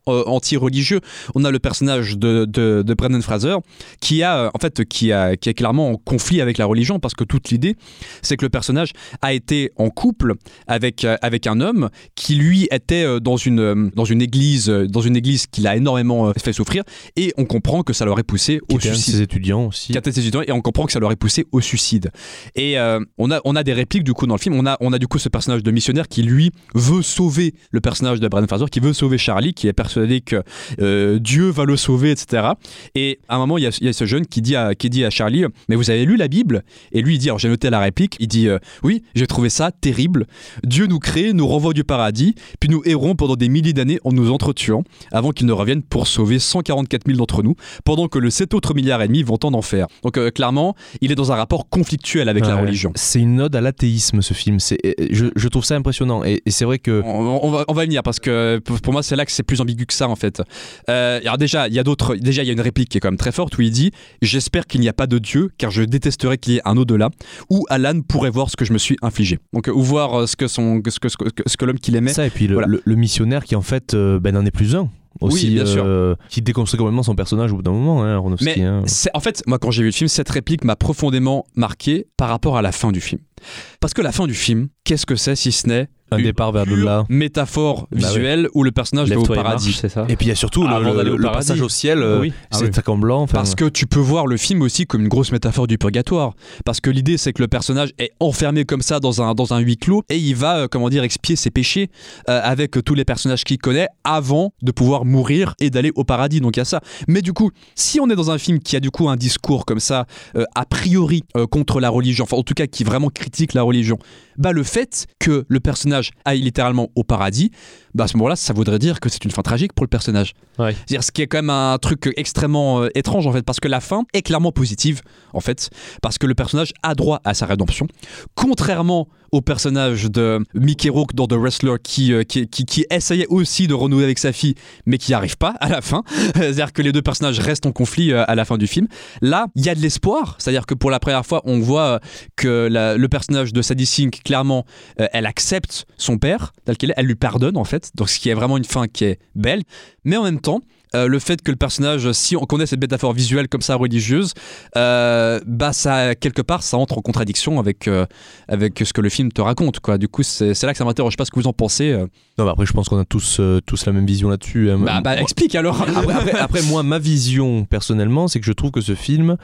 euh, anti-religieux. On a le personnage de, de, de Brendan Fraser qui a, euh, en fait, qui, a, qui est clairement en conflit avec la religion, parce que toute l'idée, c'est que le personnage a été en couple avec, euh, avec un homme qui, lui, était euh, dans, une, euh, dans, une église, euh, dans une église qui l'a énormément euh, fait souffrir, et on comprend que ça l'aurait poussé au Qui était un de suicide. ses étudiants aussi. Qui était ses étudiants, et on comprend que ça l'aurait poussé au suicide. Et euh, on, a, on a des répliques du coup dans le film. On a, on a du coup ce personnage de missionnaire qui lui veut sauver le personnage de Brendan Fraser, qui veut sauver Charlie, qui est persuadé que euh, Dieu va le sauver, et cetera. Et à un moment, il y a, il y a ce jeune qui dit, à, qui dit à Charlie, mais vous avez lu la Bible? Et lui il dit, alors j'ai noté la réplique, il dit euh, oui, j'ai trouvé ça terrible. Dieu nous crée, nous renvoie du paradis, puis nous errons pendant des milliers d'années en nous entretuant, avant qu'il ne revienne pour sauver cent quarante-quatre mille d'entre nous, pendant que le sept autres milliards et demi vont en enfer. Donc euh, clairement, il est dans un rapport conflictuel avec Ouais. la religion. C'est une ode à l'athéisme, ce film. C'est, je, je trouve ça impressionnant. Et, et c'est vrai que. On, on va, on va y venir, parce que pour pour moi c'est là que c'est plus ambigu que ça en fait. Euh, alors déjà il y a d'autres, déjà il y a une réplique qui est quand même très forte où il dit « J'espère qu'il n'y a pas de Dieu, car je détesterais qu'il y ait un au-delà, où Alan pourrait voir ce que je me suis infligé. » Donc euh, ou voir euh, ce que, son, ce que, ce que, ce que l'homme qu'il aimait. Ça, et puis le, Voilà. le, le missionnaire qui en fait euh, ben, n'en est plus un. Aussi, Oui, bien sûr. euh, qui déconstruit complètement son personnage au bout d'un moment, hein, Aronofsky. Mais hein. c'est- en fait, moi quand j'ai vu le film, cette réplique m'a profondément marqué par rapport à la fin du film. Parce que la fin du film, qu'est-ce que c'est si ce n'est Un une départ vers pure l'au-delà. métaphore Bah visuelle où le personnage va au Lève-toi et paradis. marche, c'est ça. Et puis il y a surtout le, Avant le- d'aller au le paradis. passage au ciel, euh, Oui. Ah c'est oui. tac en blanc. enfin, Parce que tu peux voir le film aussi comme une grosse métaphore du purgatoire. Parce que l'idée, c'est que le personnage est enfermé comme ça dans un, dans un huis clos et il va, euh, comment dire, expier ses péchés euh, avec tous les personnages qu'il connaît avant de pouvoir mourir et d'aller au paradis. Donc il y a ça. Mais du coup, si on est dans un film qui a du coup un discours comme ça, euh, a priori euh, contre la religion, enfin en tout cas qui vraiment critique la religion, bah le fait que le personnage aille littéralement au paradis, bah à ce moment-là, ça voudrait dire que c'est une fin tragique pour le personnage. Ouais. C'est-à-dire, ce qui est quand même un truc extrêmement euh, étrange en fait, parce que la fin est clairement positive en fait, parce que le personnage a droit à sa rédemption, contrairement au personnage de Mickey Rourke dans The Wrestler qui, euh, qui, qui, qui essayait aussi de renouer avec sa fille, mais qui n'y arrive pas à la fin. C'est-à-dire que les deux personnages restent en conflit euh, à la fin du film. Là, il y a de l'espoir, c'est-à-dire que pour la première fois, on voit euh, que la- le personnage de Sadie Sink, clairement, euh, elle accepte son père tel qu'il est, elle lui pardonne en fait, donc ce qui est vraiment une fin qui est belle, mais en même temps, euh, le fait que le personnage, si on connaît cette métaphore visuelle comme ça religieuse, euh, bah ça quelque part ça entre en contradiction avec euh, avec ce que le film te raconte quoi. Du coup c'est c'est là que ça m'interroge. Je sais pas ce que vous en pensez. euh. Non, mais après, je pense qu'on a tous, euh, tous la même vision là-dessus. hein. Bah, bah Moi- explique alors. après, après- après, moi, ma vision personnellement, c'est que je trouve que ce film,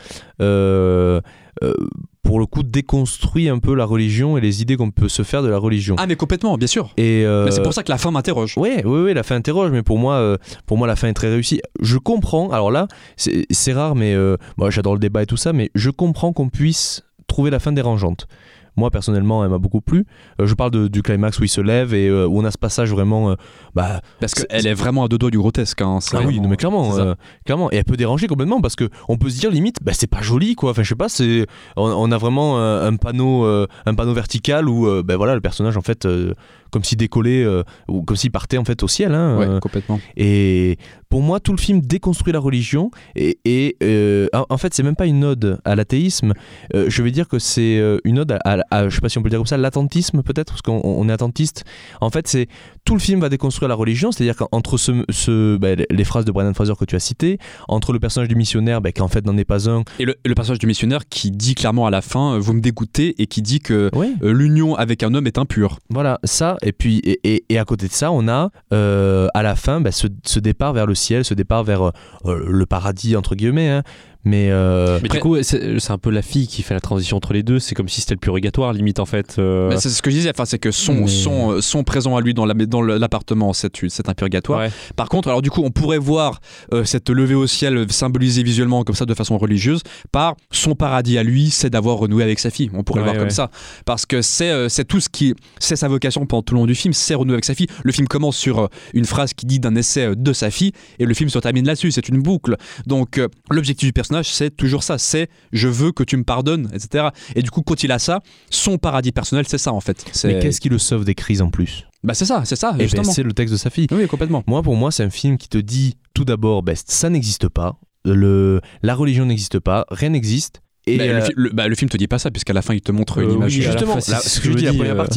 euh, euh, pour le coup, déconstruit un peu la religion et les idées qu'on peut se faire de la religion. Ah mais complètement, bien sûr. Et euh, Mais c'est pour ça que la fin m'interroge. Ouais, ouais, ouais, la fin interroge, mais pour moi, euh, pour moi, la fin est très réussie. Je comprends. Alors là, c'est c'est rare, mais euh, moi, j'adore le débat et tout ça, mais je comprends qu'on puisse trouver la fin dérangeante. Moi, personnellement, elle m'a beaucoup plu. Euh, je parle de- du climax où il se lève et euh, où on a ce passage vraiment. euh, bah, Parce c'est- qu'elle est vraiment à deux doigts du grotesque. Hein. C'est ah oui, vraiment- non, mais clairement, c'est ça. euh, clairement, et elle peut déranger complètement parce que on peut se dire limite, bah, c'est pas joli quoi. Enfin, je sais pas, c'est, on, on a vraiment euh, un panneau, euh, un panneau vertical où, euh, ben voilà, le personnage en fait, euh, comme s'il décollait euh, ou comme s'il partait en fait au ciel. Hein, Ouais, euh, complètement. et pour moi, tout le film déconstruit la religion et, et, euh, en en fait, c'est même pas une ode à l'athéisme. Euh, je vais dire que c'est euh, une ode à, à- à- je sais pas si on peut le dire comme ça, l'attentisme peut-être, parce qu'on on est attentiste. En fait, c'est tout le film va déconstruire la religion, c'est-à-dire qu'entre ce, ce, ben, les phrases de Brendan Fraser que tu as citées, entre le personnage du missionnaire, ben, qui en fait n'en est pas un. Et le, le personnage du missionnaire qui dit clairement à la fin, euh, vous me dégoûtez, et qui dit que Ouais. euh, l'union avec un homme est impure. Voilà, ça, et puis et, et- et à côté de ça, on a euh, à la fin ben, ce, ce départ vers le ciel, ce départ vers euh, le paradis entre guillemets. Hein. Mais, euh, Mais du coup, c'est c'est un peu la fille qui fait la transition entre les deux. C'est comme si c'était le purgatoire, limite, en fait. euh. Bah, c'est ce que je disais, enfin, c'est que son, Mais- son, euh, son présent à lui dans la- dans le- l'appartement, c'est c'est un purgatoire. Ouais. Par contre, alors du coup, on pourrait voir euh, cette levée au ciel symbolisée visuellement comme ça de façon religieuse par son paradis à lui, c'est d'avoir renoué avec sa fille. On pourrait Ouais, le voir ouais. comme ça. Parce que c'est euh, c'est tout ce qui. C'est sa vocation pendant tout le long du film, c'est renouer avec sa fille. Le film commence sur euh, une phrase qui dit d'un essai euh, de sa fille et le film se termine là-dessus. C'est une boucle. Donc, euh, l'objectif du personnage, c'est toujours ça. C'est je veux que tu me pardonnes, et cetera. Et du coup, quand il a ça, son paradis personnel, c'est ça en fait. C'est mais qu'est-ce qui le sauve des crises en plus? bah, c'est ça, c'est ça, Eh ben, justement. c'est le texte de sa fille. Oui, complètement. Moi, pour moi, c'est un film qui te dit tout d'abord, ben, ça n'existe pas, le, la religion n'existe pas, rien n'existe. Et Bah, le, euh, fi- le- bah, le film te dit pas ça, puisqu'à la fin il te montre une Euh, image. oui, à la justement, fin, c'est là, ce ce que que je je dis, la dis, première euh, partie.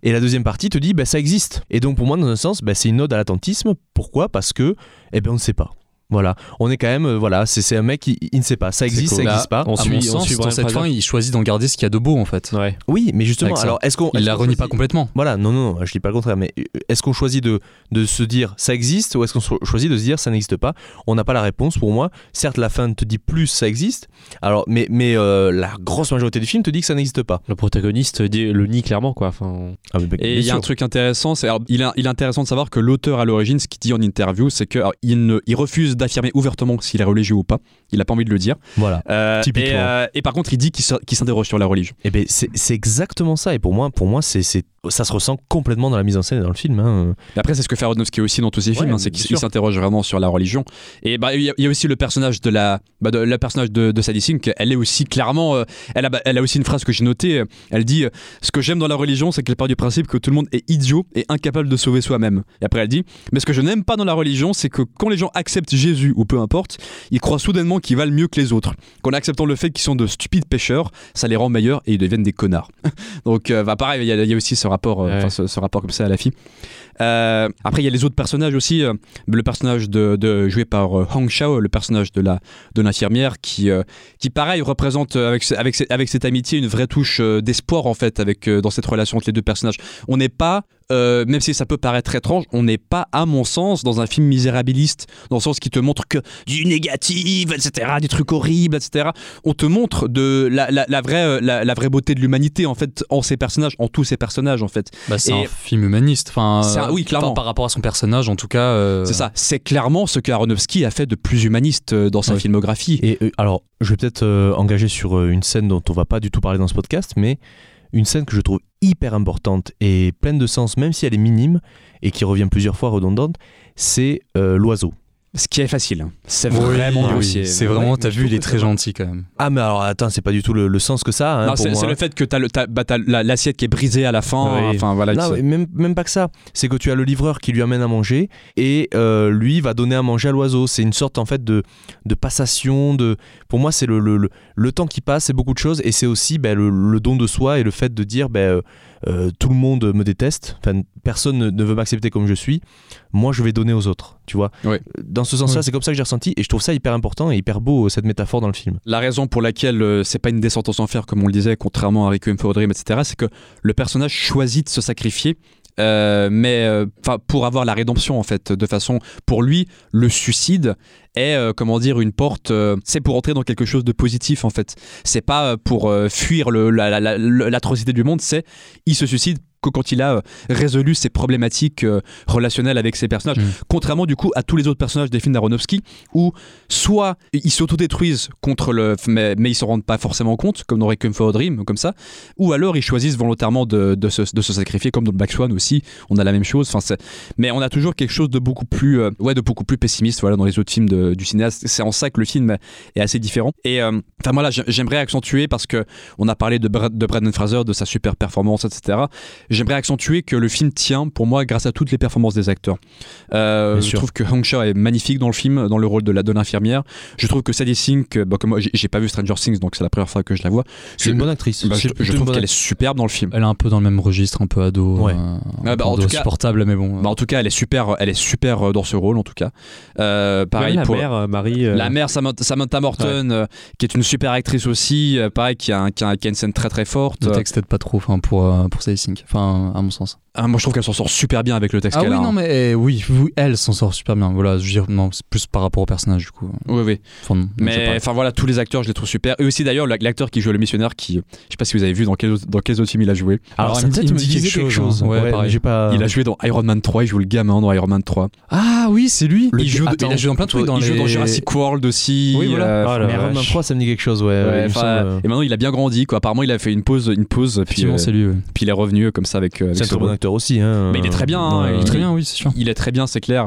Et la deuxième partie te dit, bah, ça existe. Et donc pour moi, dans un sens, bah, c'est une ode à l'attentisme. Pourquoi ? Parce que, eh ben, on ne sait pas. Voilà, on est quand même, euh, voilà, c'est, c'est un mec qui il ne sait pas, ça existe, cool. ça n'existe pas. On à suit, mon on sens, suit dans Brendan cette Fraser. fin, il choisit d'en garder ce qu'il y a de beau en fait. Ouais. Oui, mais justement, Avec ça. alors est-ce qu'on. Il est-ce la qu'on renie pas choisit- complètement. Voilà, non, non, non, je dis pas le contraire, mais est-ce qu'on choisit de, de se dire ça existe ou est-ce qu'on so- choisit de se dire ça n'existe pas ? On n'a pas la réponse pour moi. Certes, la fin te dit plus ça existe, alors, mais, mais euh, la grosse majorité du film te dit que ça n'existe pas. Le protagoniste dit- le nie clairement, quoi. Enfin, Ah, mais, Et bien il y a sûr. un truc intéressant, c'est, alors, il, est, il est intéressant de savoir que l'auteur à l'origine, ce qu'il dit en interview, c'est qu'il ne, il refuse d'affirmer ouvertement s'il est religieux ou pas. Il n'a pas envie de le dire. Voilà. Euh, Typiquement. Et, euh, et par contre, il dit qu'il, se- qu'il s'interroge sur la religion. Et ben c'est, c'est exactement ça. Et pour moi, pour moi c'est, c'est, ça se ressent complètement dans la mise en scène et dans le film. Hein. Et après, c'est ce que fait Aronofsky aussi dans tous ses films, Ouais, hein, c'est bien qu'il sûr. il s'interroge vraiment sur la religion. Et bah, il y, a- il y a aussi le personnage de la, bah, de, le personnage de, de Sadie Sink. Elle est aussi clairement, euh, elle, a, bah, elle a aussi une phrase que j'ai notée. euh, Elle dit euh, ce que j'aime dans la religion, c'est qu'elle part du principe que tout le monde est idiot et incapable de sauver soi-même. Et après, elle dit mais ce que je n'aime pas dans la religion, c'est que quand les gens acceptent Jésus ou peu importe, ils croient soudainement qu'ils valent mieux que les autres. Qu'en acceptant le fait qu'ils sont de stupides pécheurs, ça les rend meilleurs et ils deviennent des connards. Donc, euh, bah, pareil, il y, a- il y a aussi ce rapport, euh, Ouais. enfin, ce, ce rapport comme ça à la fille. Euh, après, il y a les autres personnages aussi. euh, le personnage de, de- joué par euh, Hong Shao, le personnage de la de l'infirmière, qui euh, qui pareil représente euh, avec ce- avec ce- avec cette amitié une vraie touche euh, d'espoir en fait avec euh, dans cette relation entre les deux personnages. On n'est pas euh, même si ça peut paraître étrange, on n'est pas, à mon sens, dans un film misérabiliste, dans le sens qui te montre que du négatif, et cetera, des trucs horribles, et cetera. On te montre de la, la, la vraie, euh, la, la vraie beauté de l'humanité, en fait, en ces personnages, en tous ces personnages, en fait. Bah, c'est Et- un film humaniste. Enfin, C'est un- oui, clairement. enfin, par rapport à son personnage, en tout cas. euh, C'est ça, c'est clairement ce que Aronofsky a fait de plus humaniste euh, dans sa Ouais. filmographie. Et euh, alors, je vais peut-être euh, engager sur euh, une scène dont on va pas du tout parler dans ce podcast, mais une scène que je trouve hyper importante et pleine de sens, même si elle est minime et qui revient plusieurs fois redondante, c'est euh, l'oiseau. Ce qui est facile. C'est oui, vraiment oui, grossier. C'est Ouais, vraiment, mais t'as je vu, trouve il est que très ça va. gentil quand même. Ah mais alors attends, c'est pas du tout le, le sens que ça. Hein, Non, pour c'est, moi. c'est le fait que t'as, le, t'as, bah, t'as la- l'assiette qui est brisée à la fin. Oui. Enfin voilà. Non, c'est- même, même pas que ça. C'est que tu as le livreur qui lui amène à manger et euh, lui va donner à manger à l'oiseau. C'est une sorte en fait de, de passation. De... Pour moi, c'est le, le, le, le temps qui passe, c'est beaucoup de choses et c'est aussi ben, le, le don de soi et le fait de dire ben, euh, euh, tout le monde me déteste, enfin, personne ne, ne veut m'accepter comme je suis. Moi, je vais donner aux autres. Tu vois. Ouais. Dans ce sens-là, Ouais. c'est comme ça que j'ai ressenti et je trouve ça hyper important et hyper beau cette métaphore dans le film. La raison pour laquelle euh, c'est pas une descente aux enfers, comme on le disait, contrairement à Requiem for a Dream, et cetera, c'est que le personnage choisit de se sacrifier. Euh, mais enfin pour avoir la rédemption en fait, de façon pour lui le suicide est euh, comment dire une porte, euh, c'est pour entrer dans quelque chose de positif en fait, c'est pas euh, pour euh, fuir le, la, la, la, l'atrocité du monde, c'est il se suicide que quand il a euh, résolu ses problématiques euh, relationnelles avec ses personnages, Mm. contrairement du coup à tous les autres personnages des films d'Aronofsky où soit ils s'autodétruisent contre le mais, mais ils s'en rendent pas forcément compte comme dans Requiem for a Dream comme ça, ou alors ils choisissent volontairement de, de, se, de se sacrifier comme dans Black Swan aussi, on a la même chose, enfin, c'est... mais on a toujours quelque chose de beaucoup plus euh, ouais de beaucoup plus pessimiste voilà, dans les autres films de, du cinéaste, c'est en ça que le film est assez différent et euh, enfin voilà, j'aimerais accentuer parce que on a parlé de, Brad, de Brendan Fraser, de sa super performance, etc. J'aimerais accentuer que le film tient pour moi grâce à toutes les performances des acteurs. Euh, je sûr. trouve que Hong Shao est magnifique dans le film, dans le rôle de la de l'infirmière. Je trouve que Sadie Sink, bah, comme moi j'ai, j'ai pas vu Stranger Things donc c'est la première fois que je la vois. C'est une bonne actrice. Bah, je, C'est je plutôt trouve une bonne qu'elle est superbe dans le film. Elle est un peu dans le même registre, un peu ado. Ouais. euh, Ah, bah, un en peu tout cas- insupportable, mais bon. Bah, en tout cas, elle est super, elle est super euh, dans ce rôle en tout cas. Euh, pareil Même la pour mère, euh, Marie. euh, la mère Samantha, Samantha Morton, euh, qui est une super actrice aussi. euh, pareil, qui a, un- qui, a, qui a une scène très très forte. le texte aide pas trop, enfin pour euh, pour Sadie Sink. Enfin, à mon sens. Ah, moi, je trouve qu'elle s'en sort super bien avec le texte Ah qu'elle oui, a. non, hein. mais eh, oui, oui, elle s'en sort super bien. Voilà, je veux dire, non, c'est plus par rapport au personnage du coup. Oui, oui. Enfin, non, non, c'est Mais pareil. enfin voilà, tous les acteurs, je les trouve super. Et aussi d'ailleurs, l'acteur qui joue le missionnaire, qui, je sais pas si vous avez vu dans quels autres- dans quels autres films il a joué. Alors, ça il me- peut-être il me me dit disait quelque chose, hein. Ouais, pareil. mais j'ai pas... Il a joué dans Iron Man trois, il joue le gamin dans Iron Man trois. Ah oui, c'est lui. Le- il, joue, Attends, il a joué dans plein de trucs. Dans il joue les... dans Jurassic World aussi. Oui, voilà. euh, Oh la Mais Iron Man vache. trois, ça me dit quelque chose, ouais. ouais, ouais, il me enfin, semble, euh, et maintenant il a bien grandi quoi. Apparemment il a fait une pause, une pause, puis, Effectivement, euh, c'est lui. ouais. puis il est revenu comme ça avec. euh, avec C'est un ce très bon rôle. acteur aussi. Hein. Mais il est très bien, hein, Ouais, il est Il est très ouais. bien, oui, c'est sûr. Il est très bien, c'est clair.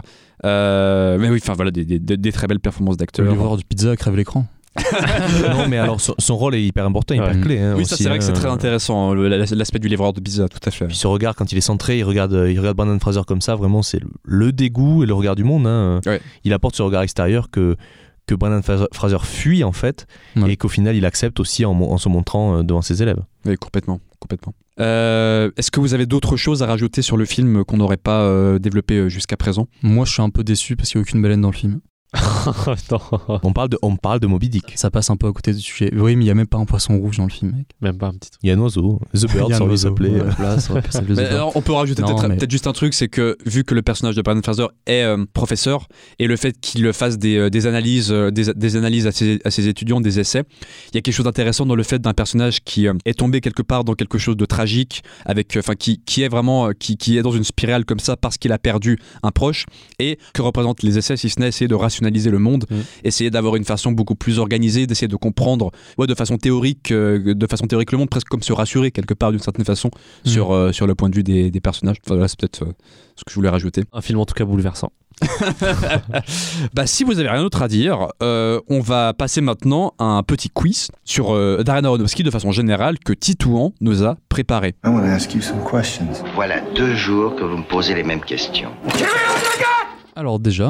Euh, mais oui, enfin voilà, des, des, des- des très belles performances Le d'acteurs. livreur du pizza crève l'écran. Non, mais alors son, son rôle est hyper important, hyper Ouais. clé. Hein, Oui, ça aussi, c'est vrai que c'est hein. très intéressant, hein, le- l'aspect du livreur de pizza, tout à fait. Puis ce regard, quand il est centré, il regarde, il regarde Brendan Fraser comme ça, vraiment, c'est le, le dégoût et le regard du monde. Hein. Ouais. Il apporte ce regard extérieur que, que Brendan Fraser- Fraser fuit, en fait, Ouais. et qu'au final, il accepte aussi en, mo- en se montrant euh, devant ses élèves. Oui, complètement, complètement. Euh, est-ce que vous avez d'autres choses à rajouter sur le film qu'on n'aurait pas euh, développé jusqu'à présent? Moi, je suis un peu déçu parce qu'il n'y a aucune baleine dans le film. on, parle de, on parle de Moby Dick. Ça passe un peu à côté du sujet. Oui, mais il n'y a même pas un poisson rouge dans le film, mec. Même pas un petit truc. Il y a un oiseau. The Bird, ça aurait s'appelé. On peut rajouter Non, peut-être mais- peut-être juste un truc, c'est que vu que le personnage de Brendan Fraser est euh, professeur, et le fait qu'il fasse des, euh, des analyses, euh, des, des analyses à ses, à ses étudiants, des essais, il y a quelque chose d'intéressant dans le fait d'un personnage qui euh, est tombé quelque part dans quelque chose de tragique, avec, enfin, qui, qui est vraiment, euh, qui, qui est dans une spirale comme ça parce qu'il a perdu un proche, et que représentent les essais, si ce n'est essayer de rationaliser le monde, Mm. essayer d'avoir une façon beaucoup plus organisée, d'essayer de comprendre, ouais, de façon théorique, euh, de façon théorique le monde, presque comme se rassurer quelque part d'une certaine façon Mm. sur, euh, sur le point de vue des, des personnages. Enfin, voilà, c'est peut-être euh, ce que je voulais rajouter. Un film en tout cas bouleversant. Bah, si vous avez rien d'autre à dire, euh, on va passer maintenant à un petit quiz sur euh, Darren Aronofsky de façon générale que Titouan nous a préparé. I want to ask you some questions. Voilà deux jours que vous me posez les mêmes questions. Alors déjà,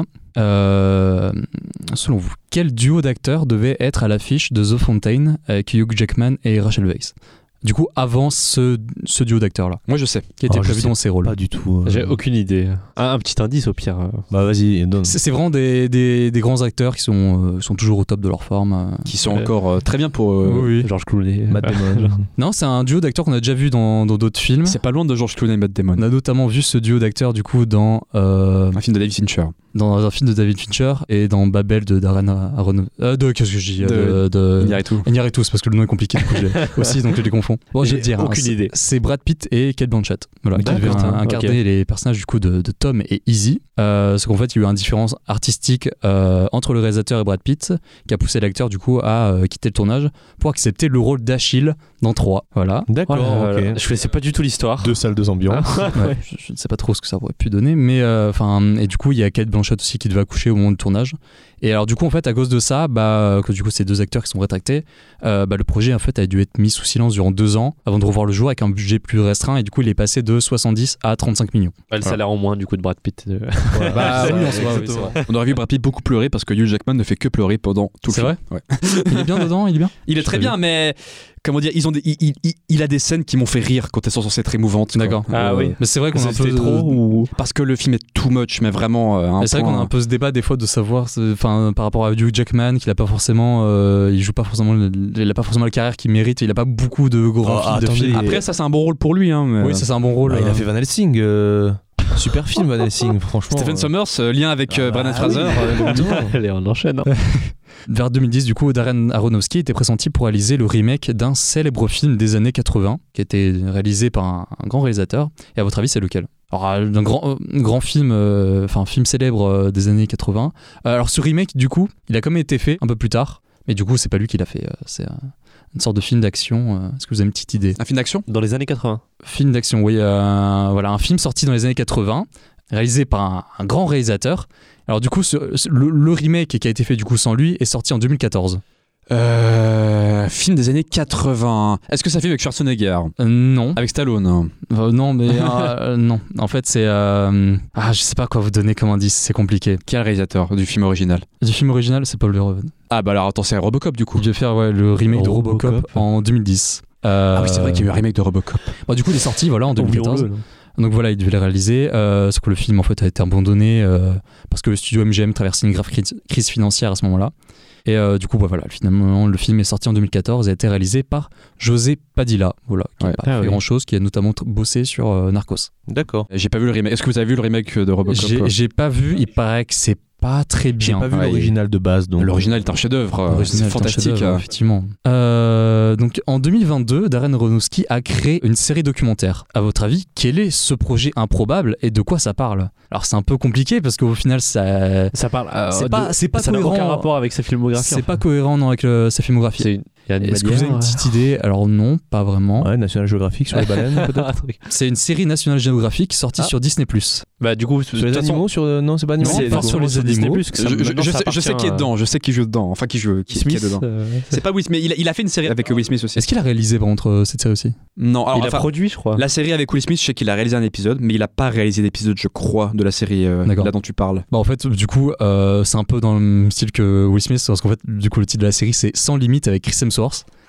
euh, selon vous, quel duo d'acteurs devait être à l'affiche de The Fountain avec Hugh Jackman et Rachel Weisz? Du coup, avant ce, ce duo d'acteurs-là, Moi je sais. qui était Oh, je prévu sais dans ces rôles. Pas du tout. euh. J'ai aucune idée. Un, un petit indice au pire. euh. Bah vas-y, donne. C'est c'est vraiment des, des, des grands acteurs qui sont, euh, sont toujours au top de leur forme. euh. Qui sont Euh, encore euh, très bien pour. euh, Oui, oui. George Clooney. Matt Damon. Non, c'est un duo d'acteurs qu'on a déjà vu dans dans d'autres films. C'est pas loin de George Clooney et Matt Damon. On a notamment vu ce duo d'acteurs du coup dans, euh, Un film de David Fincher. dans un film de David Fincher et dans Babel de Darren Aronofsky. Euh, de qu'est-ce que je dis De- de, de, Il y a tout. Iñárritu, parce que le nom est compliqué du coup, je l'ai aussi, donc je les confonds. Bon, je vais J'ai te dire, hein, aucune c'est- idée. c'est Brad Pitt et Cate Blanchett, voilà, qui D'accord, devaient putain, incarner ok. les personnages du coup de, de Tom et Easy. Euh, parce qu'en fait, il y a eu une différence artistique euh, entre le réalisateur et Brad Pitt, qui a poussé l'acteur du coup à euh, quitter le tournage pour accepter le rôle d'Achille dans Trois. Voilà. D'accord, Oh là là, ok. Je connaissais pas du tout l'histoire. Deux salles, deux ambiances. Ouais, je, je ne sais pas trop ce que ça aurait pu donner, mais euh, enfin, et du coup, il y a Cate Blanchett aussi qui devait accoucher au moment du tournage. Et alors, du coup, en fait, à cause de ça, bah, que du coup, ces deux acteurs qui sont rétractés, euh, bah, le projet en fait a dû être mis sous silence durant deux ans avant de revoir le jour avec un budget plus restreint. Et du coup, il est passé de soixante-dix à trente-cinq millions. Bah, le salaire en moins du coup de Brad Pitt. euh. Bah, oui, ouais, en soi, oui, exactement. c'est vrai. On aurait vu Brad Pitt beaucoup pleurer parce que Hugh Jackman ne fait que pleurer pendant tout le C'est film. vrai Ouais. Il est bien dedans, il est bien. Il est Je très t'ai bien, mais comment dire, ils ont des, il, il- il- il a des scènes qui m'ont fait rire quand elles sont censées être émouvantes. quoi. D'accord. Ah Euh, oui. Mais c'est vrai qu'on a un peu C'était trop ou. Parce que le film est too much, mais vraiment. euh, à un Mais c'est vrai point- qu'on a un peu ce débat des fois de savoir, c'est- enfin, par rapport à Hugh Jackman, qu'il a pas forcément, euh, il joue pas forcément, le- il a pas forcément la carrière qu'il mérite. Il a pas beaucoup de grands Oh, films, de attendez. films. Après, ça, c'est un bon rôle pour lui. Hein, mais- Oui, ça c'est un bon rôle. Bah, il euh. a fait Van Helsing. euh, Super film, Van Helsing, franchement. Stephen euh. Sommers, euh, lien avec euh, Ah, Brendan bah Fraser. oui. euh, le- Allez, on enchaîne. hein. Vers deux mille dix, du coup, Darren Aronofsky était pressenti pour réaliser le remake d'un célèbre film des années quatre-vingts, qui a été réalisé par un, un grand réalisateur. Et à votre avis, c'est lequel? Alors, un grand, euh, grand film, euh, enfin, un film célèbre euh, des années quatre-vingts. Euh, alors, ce remake, du coup, il a quand même été fait un peu plus tard, mais du coup, c'est pas lui qui l'a fait. euh, c'est euh, une sorte de film d'action. euh. Est-ce que vous avez une petite idée? Un film d'action. Dans les années quatre-vingts. Film d'action, oui. euh, voilà, un film sorti dans les années quatre-vingts, réalisé par un, un grand réalisateur. Alors, du coup, ce- ce- le, le remake qui a été fait du coup sans lui est sorti en deux mille quatorze. Euh, film des années quatre-vingts. Est-ce que ça fait avec Schwarzenegger? Euh, non. Avec Stallone? Euh, non, mais euh, non. En fait, c'est. euh, Ah, je sais pas quoi vous donner comme indice, c'est compliqué. Quel réalisateur du film original? Du film original, c'est Paul Verhoeven. Ah bah alors attends, c'est Robocop du coup. Je vais faire ouais, le remake de Robocop, Robocop. en deux mille dix. Euh, Ah oui, c'est vrai qu'il y a eu un remake de Robocop. Bon, du coup, il est sorti voilà, en deux mille quatorze. Oublions-le, non. Donc voilà, il devait le réaliser. Euh, sauf que le film en fait, a été abandonné euh, parce que le studio M G M traversait une grave crise, crise financière à ce moment-là. Et euh, du coup, bah, voilà, finalement, le film est sorti en deux mille quatorze et a été réalisé par José Padilla, voilà, qui n'a Ouais. pas Ah fait oui. grand-chose, qui a notamment t- bossé sur euh, Narcos. D'accord. J'ai pas vu le remake. Est-ce que vous avez vu le remake de Robocop? J'ai j'ai pas vu, il paraît que c'est pas très J'ai bien. pas vu Ouais, l'original de base, donc. L'original est un chef-d'œuvre. euh, L'original C'est est un fantastique. chef-d'œuvre, euh. effectivement. Euh, donc en deux mille vingt-deux, Darren Aronofsky a créé une série documentaire. À votre avis, quel est ce projet improbable et de quoi ça parle? Alors c'est un peu compliqué parce qu'au final, ça, Ça parle. euh, c'est de- pas, c'est pas ça n'a cohérent. aucun rapport avec sa filmographie. C'est en pas fait. cohérent non, avec le- sa filmographie. C'est une. Il y a une Est-ce que vous avez une manière, petite idée? Alors non, pas vraiment. Ouais, National Geographic sur les baleines, peut-être. un truc. C'est une série National Geographic sortie Ah. sur Disney+. Bah du coup, Sur les animaux, sur. euh, Non, c'est pas animaux. Non, c'est pas sur les Disney+, animaux. parce que ça- Je, je- maintenant, je ça sais, je sais appartient qui est à- dedans, je sais qui joue dedans, enfin qui joue, qui, qui est Smith. dedans. euh, C'est pas Will Smith, mais il a, il a fait une série avec Will Smith aussi. Est-ce qu'il a réalisé par contre euh, cette série aussi? Non, alors Il a enfin, produit, je crois. la série avec Will Smith, je sais qu'il a réalisé un épisode, mais il a pas réalisé d'épisode, je crois, de la série euh, D'accord. là dont tu parles. Bah en fait, du coup, euh, c'est un peu dans le même style que Will Smith, parce qu'en fait, du coup, le titre de la série, c'est Sans limite avec Chris Hemsworth.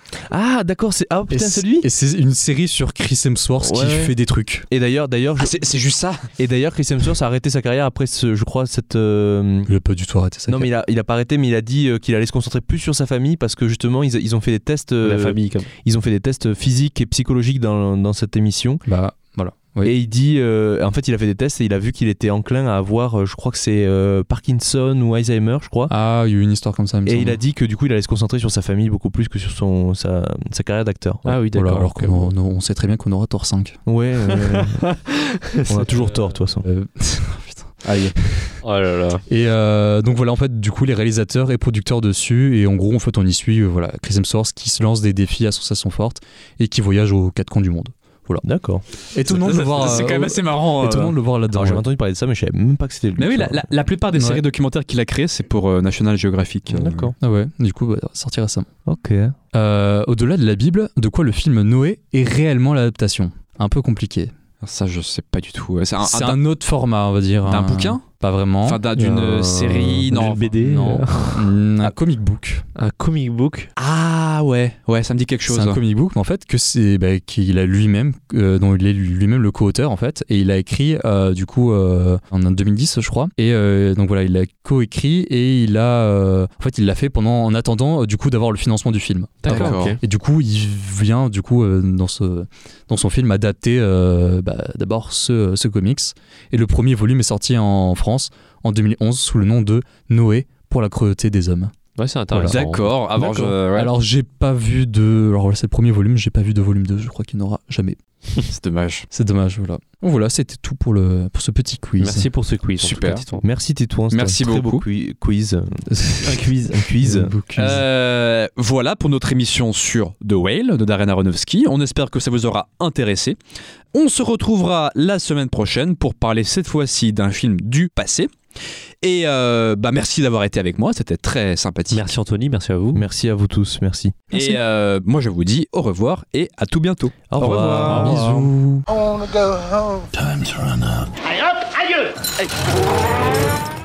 Ah, d'accord, c'est ah putain, Et c'est lui. Et c'est une série sur Chris Hemsworth Ouais, qui ouais. fait des trucs. Et d'ailleurs, d'ailleurs, je- Ah, c'est, c'est juste ça. et d'ailleurs, Chris Hemsworth a arrêté sa carrière après, ce, je crois, cette. euh, Il a pas du tout arrêté ça. Non, mais il a, il a pas arrêté, mais il a dit euh, qu'il allait se concentrer plus sur sa famille parce que justement, ils, ils ont fait des tests. euh, La famille, comme. Ils ont fait des tests physiques et psychologiques dans, dans cette émission. Bah voilà. Oui. Et il dit, euh, en fait, il a fait des tests et il a vu qu'il était enclin à avoir, euh, je crois que c'est euh, Parkinson ou Alzheimer, je crois. Ah, il y a eu une histoire comme ça. Il me Et semble. il a dit que du coup, il allait se concentrer sur sa famille beaucoup plus que sur son, sa, sa carrière d'acteur. Ah oui, Voilà, d'accord. alors ok. qu'on on, on sait très bien qu'on aura Thor cinq. Ouais, ouais. On a toujours tort, de toute façon. Euh, putain. Aïe. Oh là là. Et euh, donc voilà, en fait, du coup, les réalisateurs et producteurs dessus, et en gros, en fait, on y suit, euh, voilà, Chris Hemsworth qui se lance des défis à sensation forte et qui voyage aux quatre coins du monde. Voilà. D'accord. Étonnant de le voir. C'est euh, quand même assez marrant. euh. Étonnant de le voir là-dedans. Alors, j'avais ouais. entendu parler de ça, mais je savais même pas que c'était lui. Mais oui, la, la, la plupart des Ouais. séries documentaires qu'il a créées, c'est pour euh, National Geographic. euh. D'accord. Ah ouais, du coup, bah, sorti récemment. Ok. Euh, au-delà de la Bible, de quoi le film Noé est réellement l'adaptation? Un peu compliqué. Ça, je sais pas du tout. C'est un, C'est un- un autre format, on va dire. d'un un- bouquin Pas vraiment. Enfin, d'un- d'une Euh, série. Non. d'une B D. Non. Mm, un comic book. Un comic book. Ah ouais, ouais, ça me dit quelque chose. C'est un comic book, mais en fait, que c'est bah, qu'il a lui-même, euh, dont il est lui-même le co-auteur en fait, et il a écrit euh, du coup euh, en deux mille dix, je crois. Et euh, donc voilà, il a co-écrit et il a, euh, en fait, il l'a fait pendant, en attendant euh, du coup d'avoir le financement du film. D'accord. ok. Et du coup, il vient du coup euh, dans ce dans son film adapter euh, bah, d'abord ce ce comics. Et le premier volume est sorti en France en deux mille onze sous le nom de Noé pour la cruauté des hommes. Ouais, c'est intéressant. D'accord. Avant, je, ouais. Alors j'ai pas vu de, alors voilà, c'est le premier volume, j'ai pas vu de volume deux, je crois qu'il n'y en aura jamais. c'est dommage. C'est dommage, voilà. Donc voilà, c'était tout pour le pour ce petit quiz. Merci pour ce quiz. en Super. tout cas, Titouan. Merci Tétouan. C'était Merci un très beaucoup. beau qui- quiz. Un quiz. Un quiz. Beau quiz. Euh, voilà pour notre émission sur The Whale de Darren Aronofsky. On espère que ça vous aura intéressé. On se retrouvera la semaine prochaine pour parler cette fois-ci d'un film du passé. Et euh, bah merci d'avoir été avec moi, c'était très sympathique. Merci Anthony, merci à vous. Merci à vous tous. Merci. Et euh, moi je vous dis au revoir et à tout bientôt. Au revoir. Bisous. Allez hop, adieu.